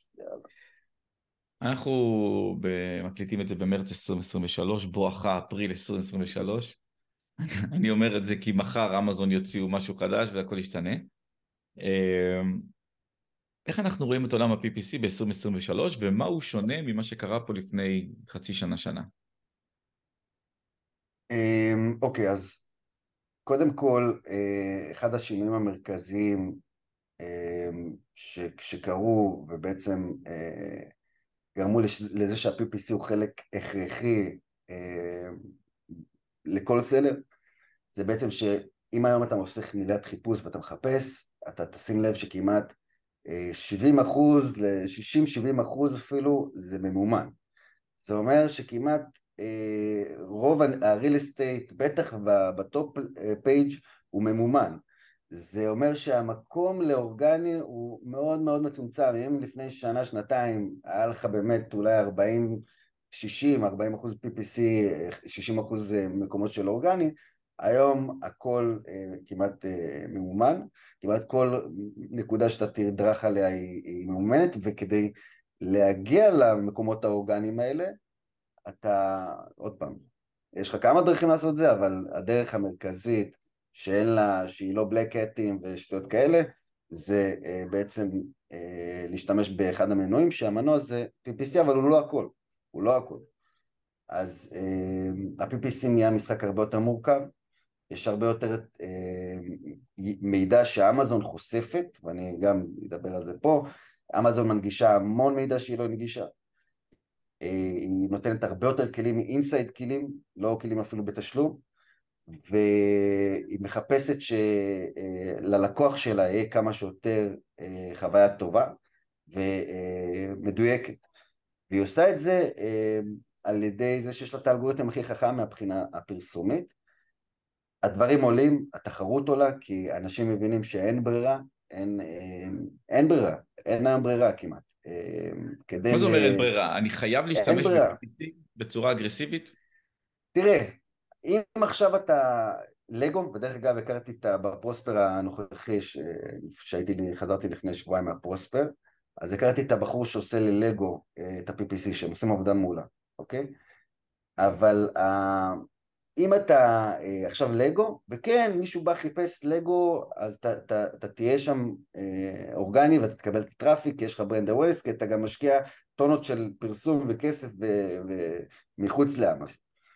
[SPEAKER 2] אנחנו מקליטים את זה במרץ עשרים עשרים ושלוש, בואכה אפריל עשרים עשרים ושלוש. אני אומר את זה כי מחר אמזון יוציאו משהו חדש והכל ישתנה. איך אנחנו רואים את עולם ה-פי פי סי ב-עשרים עשרים ושלוש, ומה הוא שונה ממה שקרה פה לפני חצי שנה שנה?
[SPEAKER 4] אוקיי, אז קודם כל, אחד השינויים המרכזיים שקרו ובעצם גרמו לזה שה-פי פי סי הוא חלק הכרחי לכל סלר, זה בעצם שאם היום אתה מוסך מילת חיפוש ואתה מחפש, אתה תשים לב שכמעט שבעים אחוז ל-שישים שבעים אחוז אפילו זה ממומן. זה אומר שכמעט רוב ה-real estate, בטח בטופ פייג' הוא ממומן. זה אומר שהמקום לאורגני הוא מאוד מאוד מצומצם. אם לפני שנה, שנתיים, היה לך באמת אולי ארבעים, שישים, ארבעים אחוז פי פי סי, שישים אחוז מקומות של אורגני, היום הכל כמעט ממומן, כמעט כל נקודה שאתה תדרך עליה היא, היא ממומנת, וכדי להגיע למקומות האורגניים האלה, אתה, עוד פעם, יש לך כמה דרכים לעשות זה, אבל הדרך המרכזית שאין לה, שהיא לא בלק האטים ושטויות כאלה, זה uh, בעצם uh, להשתמש באחד המנועים, שהמנוע זה פי פי סי, אבל הוא לא הכל, הוא לא הכל. אז uh, ה-פי פי סי נהיה משחק הרבה יותר מורכב, יש הרבה יותר uh, מידע שאמזון חושפת, ואני גם אדבר על זה פה, אמזון מנגישה המון מידע שהיא לא הנגישה, היא נותנת הרבה יותר כלים, אינסייד כלים, לא כלים אפילו בתשלום, והיא מחפשת שללקוח שלה יהיה כמה שיותר חוויה טובה ומדויקת. והיא עושה את זה אה, על ידי זה שיש לה את האלגוריתם הכי חכם מהבחינה הפרסומית. הדברים עולים, התחרות עולה, כי אנשים מבינים שאין ברירה, אין, אה, אין ברירה, אין היום ברירה כמעט. אה, כדי
[SPEAKER 2] מה זה
[SPEAKER 4] ל...
[SPEAKER 2] אומר אין ברירה? אני חייב
[SPEAKER 4] אין
[SPEAKER 2] להשתמש
[SPEAKER 4] ברירה.
[SPEAKER 2] ב-פי פי סי בצורה אגרסיבית?
[SPEAKER 4] תראה, אם עכשיו אתה לגו, ודרך אגב הכרתי את בפרוספר הנוכחי, ש... שהייתי, חזרתי לפני שבועיים מהפרוספר, אז הכרתי את הבחור שעושה ללגו את ה-פי פי סי, שהם עושים עבודה מעולה, אוקיי? אבל uh, אם אתה uh, עכשיו לגו, וכן, מישהו בא חיפש לגו, אז אתה, אתה, אתה תהיה שם uh, אורגני, ואתה תקבל את הטראפיק, כי יש לך ברנד אווירנס, כי אתה גם משקיע טונות של פרסום וכסף ו- ו- מחוץ לאמזון.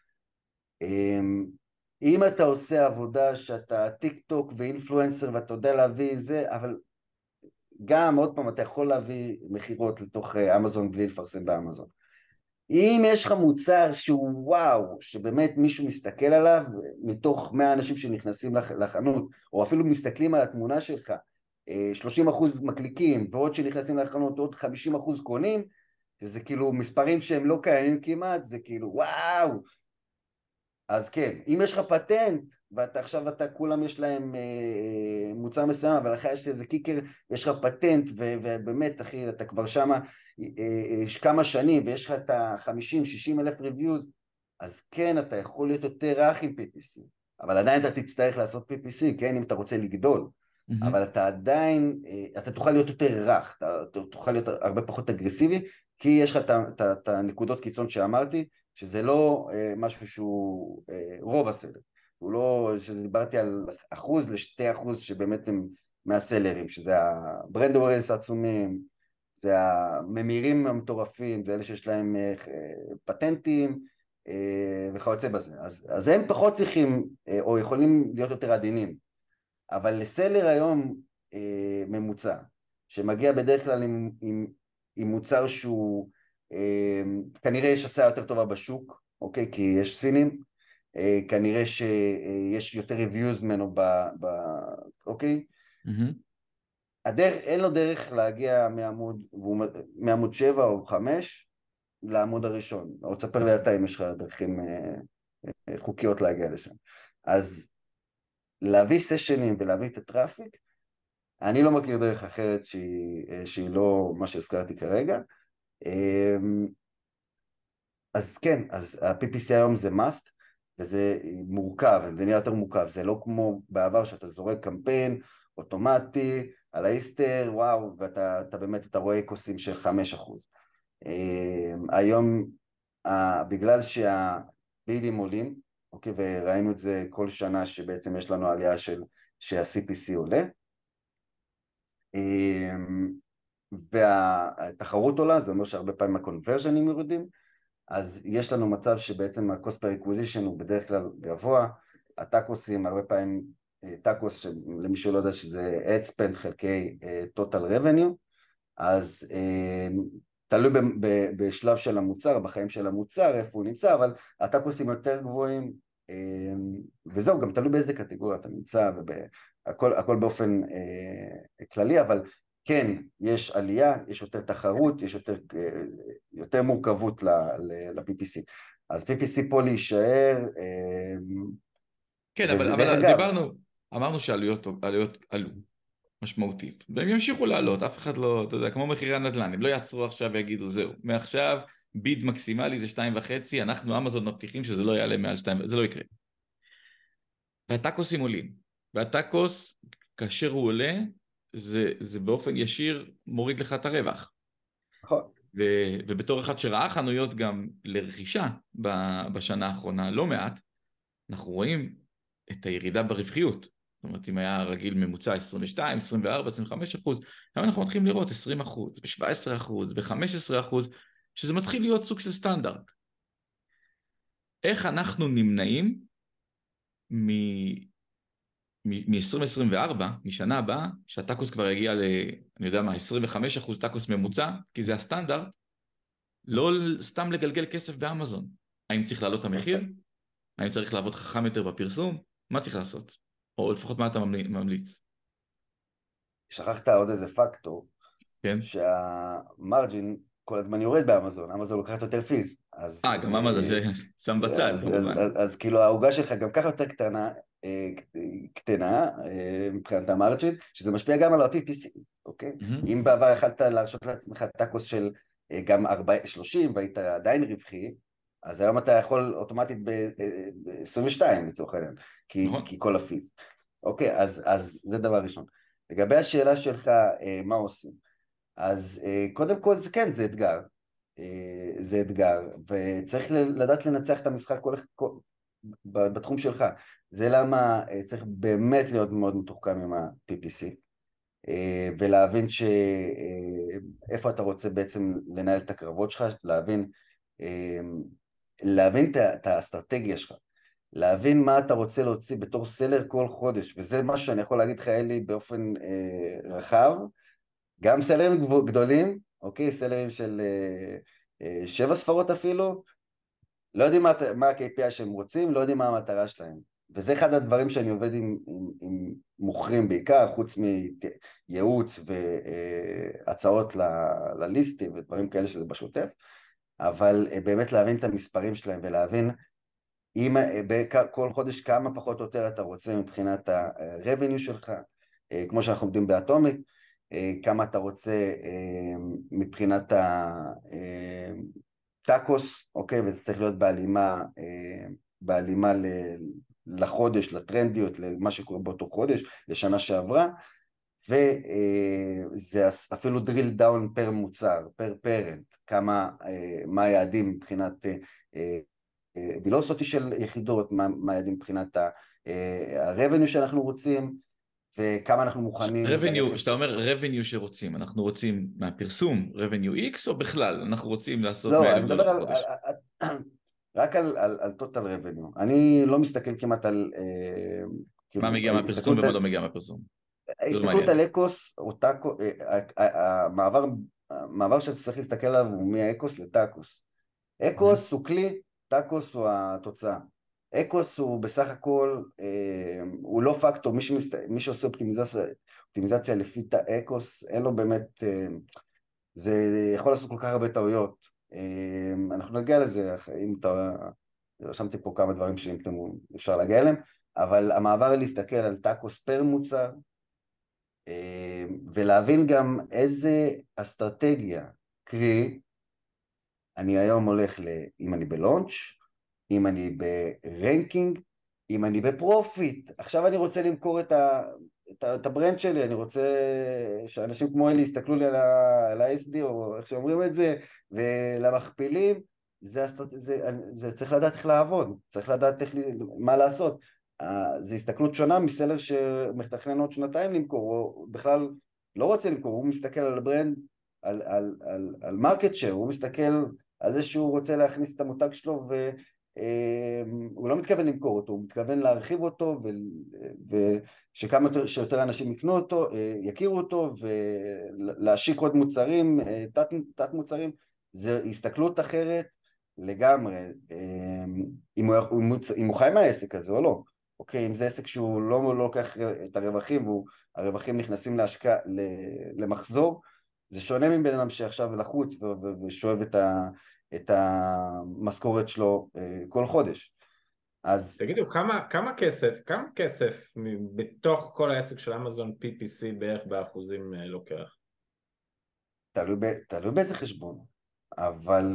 [SPEAKER 4] אם אתה עושה עבודה שאתה טיק טוק ואינפלואנסר ואתה יודע להביא זה, אבל גם עוד פעם אתה יכול להביא מחירות לתוך אמזון בלי לפרסם באמזון. אם יש לך מוצר שהוא וואו, שבאמת מישהו מסתכל עליו, מתוך מאה אנשים שנכנסים לחנות, או אפילו מסתכלים על התמונה שלך, שלושים אחוז מקליקים, ועוד שנכנסים לחנות עוד חמישים אחוז קונים, שזה כאילו מספרים שהם לא קיימים כמעט, זה כאילו וואו, אז כן, אם יש לך פטנט, ואתה עכשיו, אתה, כולם יש להם אה, מוצר מסוים, אבל אחרי יש איזה קיקר, יש לך פטנט, ו, ובאמת, אחי, אתה כבר שמה אה, אה, כמה שנים, ויש לך את ה-חמישים שישים אלף ריוויוז, אז כן, אתה יכול להיות יותר רך עם פי פי סי, אבל עדיין אתה תצטרך לעשות פי פי סי, כן, אם אתה רוצה לגדול,
[SPEAKER 2] Mm-hmm.
[SPEAKER 4] אבל אתה עדיין, אה, אתה תוכל להיות יותר רך, אתה, אתה תוכל להיות הרבה פחות אגרסיבי, כי יש לך את הנקודות קיצון שאמרתי, שזה לא אה, משהו שהוא אה, רוב הסלר, הוא לא, שדיברתי על אחוז לשתי אחוז שבאמת הם מהסלרים, שזה הברנד אווירנס העצומים, זה הממירים המטורפים, זה אלה שיש להם אה, פטנטים אה, וכיוצא בזה, אז, אז הם פחות צריכים אה, או יכולים להיות יותר עדינים, אבל לסלר היום אה, ממוצע, שמגיע בדרך כלל עם, עם, עם מוצר שהוא כנראה יש הצעה יותר טובה בשוק, אוקיי? כי יש סינים, כנראה שיש יותר reviews ממנו, ב, ב, אוקיי?
[SPEAKER 2] Mm-hmm.
[SPEAKER 4] הדרך, אין לו דרך להגיע מעמוד, מעמוד שבע או חמש לעמוד הראשון, או תספר לי אתה אם יש לך דרכים חוקיות להגיע לשם. אז להביא סשנים ולהביא את הטראפיק, אני לא מכיר דרך אחרת שהיא, שהיא לא מה שהזכרתי כרגע, אז כן, אז ה-פי פי סי היום זה must, וזה מורכב, זה נראה יותר מורכב, זה לא כמו בעבר שאתה זורק קמפיין אוטומטי על האיסטר, וואו, ואתה אתה באמת, אתה רואה קוסים של חמישה אחוז. היום, בגלל שהבידים עולים, אוקיי, וראינו את זה כל שנה שבעצם יש לנו עלייה של שה-סי פי סי עולה, והתחרות עולה, זה אומר שהרבה פעמים הקונברז'נים יורדים, אז יש לנו מצב שבעצם ה-cost per acquisition הוא בדרך כלל גבוה, הטאקוסים הרבה פעמים, טאקוס שלמי שלא יודע שזה ad spend חלקי total revenue, אז תלוי בשלב של המוצר, בחיים של המוצר, איפה הוא נמצא, אבל הטאקוסים יותר גבוהים, וזהו, גם תלוי באיזה קטגוריה אתה נמצא, והכל, הכל באופן כללי, אבל כן, יש עלייה, יש יותר תחרות, יש יותר, יותר מורכבות ל-פי פי סי. אז פי פי סי פה להישאר...
[SPEAKER 2] כן, אבל, אבל דיברנו, אמרנו שעלויות עלויות עלו משמעותית, והם ימשיכו לעלות, אף אחד לא, אתה יודע, כמו מחירי הנדל"ן, הם לא יעצרו עכשיו ויגידו, זהו, מעכשיו ביד מקסימלי זה שתיים וחצי, אנחנו אמזון מבטיחים שזה לא יעלה מעל שתיים, זה לא יקרה. והטאקוסים עולים, והטאקוס, כאשר הוא עולה, זה, זה באופן ישיר מוריד לך את הרווח.
[SPEAKER 4] נכון.
[SPEAKER 2] ו, ובתור אחד שראה חנויות גם לרכישה בשנה האחרונה, לא מעט, אנחנו רואים את הירידה ברווחיות. זאת אומרת, אם היה רגיל ממוצע עשרים ושתיים, עשרים וארבע, עשרים וחמישה אחוז, היום אנחנו מתחילים לראות עשרים אחוז, ב-שבע עשרה אחוז, ב-חמישה עשר אחוז, שזה מתחיל להיות סוג של סטנדרט. איך אנחנו נמנעים מ... מ-עשרים עשרים וארבע, משנה הבאה, שהטאקוס כבר יגיע ל, אני יודע מה, עשרים וחמישה אחוז טאקוס ממוצע, כי זה הסטנדרט, לא סתם לגלגל כסף באמזון. האם צריך לעלות המחיר? האם צריך לעבוד חכם יותר בפרסום? מה צריך לעשות? או לפחות מה אתה ממליץ?
[SPEAKER 4] שכחת עוד איזה פקטור,
[SPEAKER 2] כן?
[SPEAKER 4] שהמרג'ין כל הזמן יורד באמזון, אמזון לוקחת יותר פיז.
[SPEAKER 2] אה, גם אמזון ששם בצד,
[SPEAKER 4] אז, אז,
[SPEAKER 2] כמובן.
[SPEAKER 4] אז, אז כאילו העוגה שלך גם ככה יותר קטנה, קטנה מבחינת המרג'ין, שזה משפיע גם על ה-פי פי סי, אוקיי?
[SPEAKER 2] Mm-hmm.
[SPEAKER 4] אם בעבר יכלת להרשות לעצמך טאקוס של גם שלושים והיית עדיין רווחי, אז היום אתה יכול אוטומטית ב-עשרים ושתיים לצורך העניין, כי, כי כל הפיז. אוקיי, אז, אז זה דבר ראשון. לגבי השאלה שלך, מה עושים? אז קודם כל זה כן, זה אתגר. זה אתגר, וצריך לדעת לנצח את המשחק כל, כל, בתחום שלך. זה למה צריך באמת להיות מאוד מתוחכם עם ה-פי פי סי, ולהבין שאיפה אתה רוצה בעצם לנהל את הקרבות שלך, להבין, להבין את האסטרטגיה שלך, להבין מה אתה רוצה להוציא בתור סלר כל חודש, וזה משהו שאני יכול להגיד לך אלי באופן רחב, גם סלרים גדולים, אוקיי, סלרים של שבע ספרות אפילו, לא יודעים מה, מה ה-קיי פי איי שהם רוצים, לא יודעים מה המטרה שלהם. וזה אחד הדברים שאני עובד עם, עם, עם מוכרים בעיקר, חוץ מייעוץ והצעות ל- לליסטים ודברים כאלה שזה בשוטף, אבל באמת להבין את המספרים שלהם ולהבין אם כל חודש כמה פחות או יותר אתה רוצה מבחינת ה-revenue שלך, כמו שאנחנו עובדים באטומיק, כמה אתה רוצה מבחינת הטאקוס, אוקיי, וזה צריך להיות בהלימה, בהלימה לחודש, לטרנדיות, למה שקורה באותו חודש, לשנה שעברה, וזה אפילו drill down פר מוצר, פר פרנט, כמה, מה היעדים מבחינת וילוסיטי של יחידות, מה היעדים מבחינת ה-revenue שאנחנו רוצים, וכמה אנחנו מוכנים...
[SPEAKER 2] revenue, שאתה אומר revenue שרוצים, אנחנו רוצים מהפרסום revenue X או בכלל? אנחנו רוצים לעשות מאה אלף דולר בחודש.
[SPEAKER 4] רק על, על, על total revenue. אני לא מסתכל כמעט על...
[SPEAKER 2] מה מגיע מהפרסום ומה לא מגיע מהפרסום.
[SPEAKER 4] ההסתכלות על אקוס, המעבר, המעבר שאתה צריך להסתכל עליו הוא מהאקוס לטאקוס. אקוס הוא כלי, טאקוס הוא התוצאה. אקוס הוא בסך הכל, אה, הוא לא פקטור, מי, שמסת... מי שעושה אופטימיזציה, אופטימיזציה לפי אקוס, אין לו באמת, אה, זה יכול לעשות כל כך הרבה טעויות. אה, אנחנו נגיע לזה, אם אתה, רשמתי פה כמה דברים שאם אתם אפשר להגיע אליהם, אבל המעבר להסתכל על טאקוס פר מוצר, אה, ולהבין גם איזה אסטרטגיה, קרי, אני היום הולך ל... אם אני בלונץ', אם אני ברנקינג, אם אני בפרופיט. עכשיו אני רוצה למכור את, ה... את, ה... את הברנד שלי, אני רוצה שאנשים כמו אלי יסתכלו לי על ה-אס די, או איך שאומרים את זה, ולמכפילים, זה, זה... זה צריך לדעת איך לעבוד, צריך לדעת איך... מה לעשות. זו הסתכלות שונה מסלר שמתכנן עוד שנתיים למכור, או בכלל לא רוצה למכור, הוא מסתכל על הברנד, על, על, על, על מרקט שייר, הוא מסתכל על זה שהוא רוצה להכניס את המותג שלו, והוא לא מתכוון למכור אותו, הוא מתכוון להרחיב אותו, ושכמה שיותר אנשים יקנו אותו, יכירו אותו, ולהשיק עוד מוצרים, תת, תת מוצרים, זו הסתכלות אחרת לגמרי, אם הוא, אם הוא חי מהעסק הזה או לא. אוקיי, אם זה עסק שהוא לא, לא לוקח את הרווחים, והרווחים נכנסים להשקע, למחזור, זה שונה מבן אדם שעכשיו לחוץ ושואב את, ה, את המשכורת שלו כל חודש. אז...
[SPEAKER 3] תגידו, כמה, כמה כסף, כמה כסף בתוך כל העסק של אמזון פי פי סי בערך באחוזים לוקח?
[SPEAKER 4] תלוי, ב, תלוי באיזה חשבון, אבל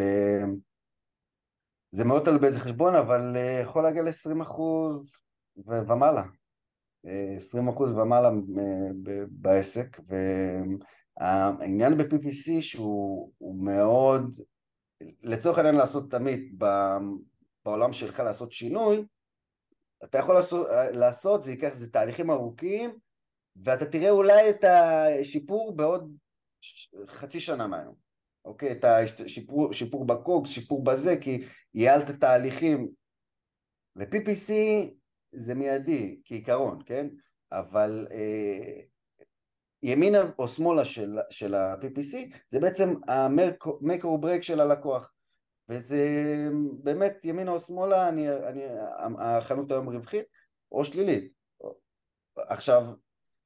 [SPEAKER 4] זה מאוד תלוי באיזה חשבון, אבל יכול להגיע ל-עשרים אחוז ומעלה. עשרים אחוז ומעלה בעסק, והעניין ב-פי פי סי שהוא מאוד, לצורך העניין לעשות תמיד, בעולם שלך לעשות שינוי, אתה יכול לעשות, לעשות זה ייקח, זה תהליכים ארוכים, ואתה תראה אולי את השיפור בעוד חצי שנה מהיום, אוקיי? את השיפור, שיפור בקוגס, שיפור בזה, כי ייעלת תהליכים, ו-פי פי סי זה מיידי, כעיקרון, כן? אבל אה, ימינה או שמאלה של, של ה-פי פי סי, זה בעצם ה-make or break של הלקוח. וזה באמת ימינה או שמאלה, אני, אני, החנות היום רווחית או שלילית. עכשיו,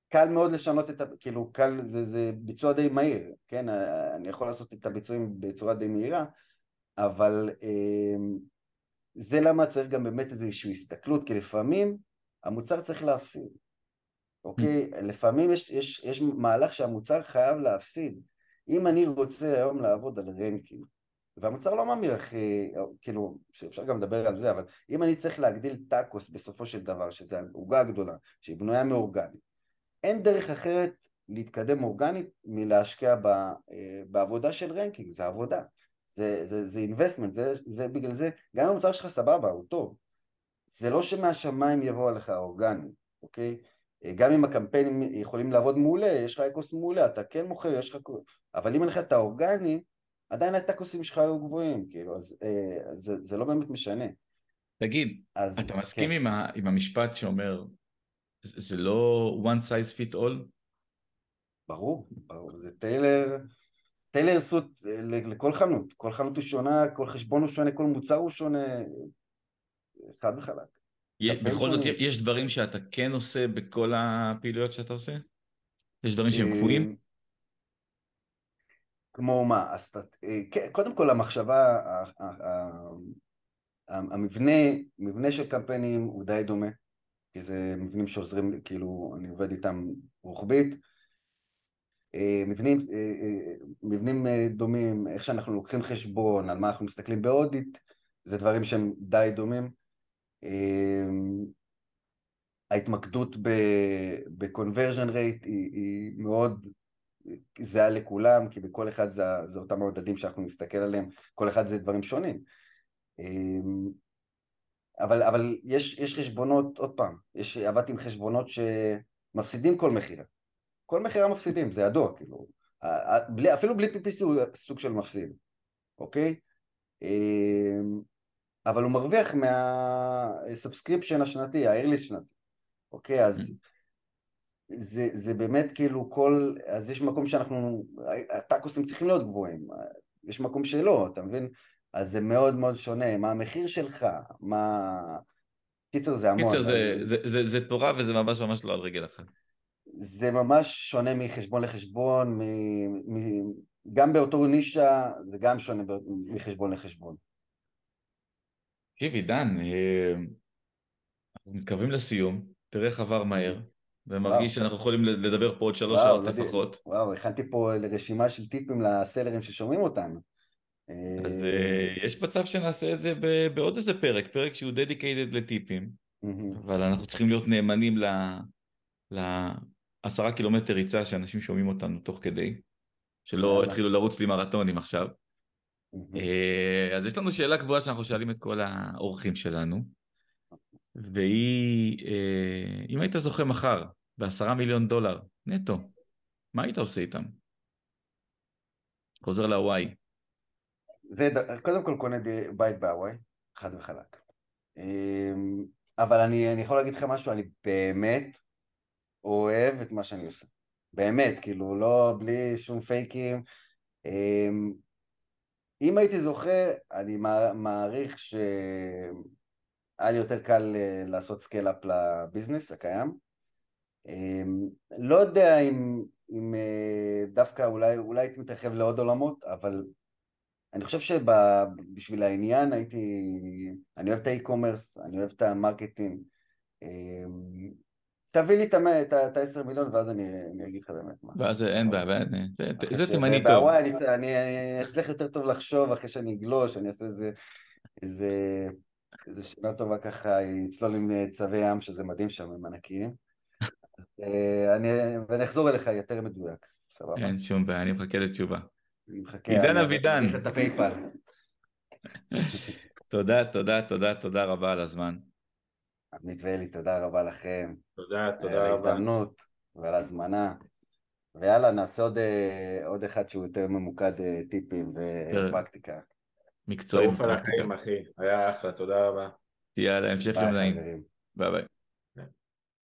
[SPEAKER 4] קל מאוד לשנות את ה... כאילו, קל, זה, זה ביצוע די מהיר, כן? אני יכול לעשות את הביצועים בצורה די מהירה, אבל זה למה צריך גם באמת איזושהי הסתכלות, כי לפעמים המוצר צריך להפסיד, אוקיי? לפעמים יש, יש, יש מהלך שהמוצר חייב להפסיד. אם אני רוצה היום לעבוד על רנקינג, והמוצר לא ממיר הכי, כאילו, שאפשר גם לדבר על זה, אבל אם אני צריך להגדיל טאקוס בסופו של דבר, שזה עוגה גדולה, שהיא בנויה מאורגנית, אין דרך אחרת להתקדם אורגנית מלהשקיע בעבודה של רנקינג, זה עבודה, זה, זה, זה investment, זה, זה בגלל זה, גם אם המוצר שלך סבבה, הוא טוב, זה לא שמהשמיים יבוא עליך אורגני, אוקיי? גם אם הקמפיינים יכולים לעבוד מעולה, יש לך אקוס מעולה, אתה כן מוכר, יש לך... אבל אם אין לך את האורגני, עדיין הטקוסים שלך היו גבוהים, כאילו, אז אה, זה, זה לא באמת משנה.
[SPEAKER 2] תגיד,
[SPEAKER 4] אז,
[SPEAKER 2] אתה מסכים
[SPEAKER 4] כן.
[SPEAKER 2] עם, ה, עם המשפט שאומר, זה, זה לא one size fit all?
[SPEAKER 4] ברור, ברור, זה טיילר, טיילר סוט לכל חנות, כל חנות הוא שונה, כל חשבון הוא שונה, כל מוצר הוא שונה, חד וחלק.
[SPEAKER 2] בכל זאת, יש דברים שאתה כן עושה בכל הפעילויות שאתה עושה? יש דברים שהם קבועים?
[SPEAKER 4] כמו מה? קודם כל המחשבה, המבנה, מבנה של קמפיינים הוא די דומה, כי זה מבנים שעוזרים, כאילו אני עובד איתם רוחבית, מבנים, מבנים דומים, איך שאנחנו לוקחים חשבון, על מה אנחנו מסתכלים באודיט, זה דברים שהם די דומים. ההתמקדות ב-conversion rate היא, היא מאוד זהה לכולם, כי בכל אחד זה, זה אותם העודדים שאנחנו נסתכל עליהם, כל אחד זה דברים שונים. אבל, אבל יש, יש חשבונות, עוד פעם, יש, עבדתי עם חשבונות שמפסידים כל מחירה. כל מחירה מפסידים, זה ידוע, כאילו. בלי, אפילו בלי פי פי סי הוא סוג של מפסיד, אוקיי? אבל הוא מרוויח מה-subscription השנתי, ה-early שנתי, אוקיי? אז זה, זה באמת כאילו כל, אז יש מקום שאנחנו, הטאקוסים צריכים להיות גבוהים, יש מקום שלא, אתה מבין? אז זה מאוד מאוד שונה, מה המחיר שלך, מה... קיצר זה המון.
[SPEAKER 2] קיצר זה, זה, זה, זה, זה תורה וזה ממש ממש לא על רגל אחת.
[SPEAKER 4] זה ממש שונה מחשבון לחשבון, מ, מ, גם באותו נישה, זה גם שונה מחשבון לחשבון.
[SPEAKER 2] תקשיב, עידן, אנחנו מתקרבים לסיום, תראה איך עבר מהר, ומרגיש שאנחנו יכולים לדבר פה עוד שלוש שעות לפחות.
[SPEAKER 4] וואו, הכנתי פה רשימה של טיפים לסלרים ששומעים אותנו.
[SPEAKER 2] אז יש מצב שנעשה את זה בעוד איזה פרק, פרק שהוא dedicated לטיפים, אבל אנחנו צריכים להיות נאמנים לעשרה קילומטר ריצה שאנשים שומעים אותנו תוך כדי, שלא התחילו לרוץ לי מרתונים עכשיו. אז יש לנו שאלה קבועה שאנחנו שואלים את כל האורחים שלנו, והיא, אם היית זוכה מחר בעשרה מיליון דולר נטו, מה היית עושה איתם? חוזר להוואי.
[SPEAKER 4] זה, קודם כל קונה בית בהוואי, חד וחלק. אבל אני, אני יכול להגיד לך משהו, אני באמת אוהב את מה שאני עושה. באמת, כאילו, לא, בלי שום פייקים. אם הייתי זוכה, אני מעריך שהיה לי יותר קל לעשות סקייל-אפ לביזנס הקיים. לא יודע אם, אם דווקא אולי, אולי הייתי מתרחב לעוד עולמות, אבל אני חושב שבשביל העניין הייתי, אני אוהב את האי-קומרס, אני אוהב את המרקטינג, תביא לי את ה-עשרה מיליון ואז אני אגיד לך באמת מה.
[SPEAKER 2] ואז אין בעיה, זה תימני טוב.
[SPEAKER 4] אני אצליח יותר טוב לחשוב אחרי שאני אגלוש, אני אעשה איזה שנה טובה ככה, יצלול עם צווי ים שזה מדהים שם, הם ענקיים. ואני אחזור אליך יותר מדויק, סבבה.
[SPEAKER 2] אין שום בעיה, אני מחכה לתשובה.
[SPEAKER 4] עידן אבידן. את הפייפל.
[SPEAKER 2] תודה, תודה, תודה, תודה רבה על הזמן.
[SPEAKER 4] עמית ואלי, תודה רבה לכם.
[SPEAKER 3] תודה, תודה רבה.
[SPEAKER 4] על ההזדמנות ועל הזמנה. ויאללה, נעשה עוד, עוד אחד שהוא יותר ממוקד טיפים ופרקטיקה.
[SPEAKER 2] מקצועי.
[SPEAKER 3] תעוף על החיים, אחי. היה אחלה, תודה רבה.
[SPEAKER 2] יאללה, המשך יום נעים. ביי ביי.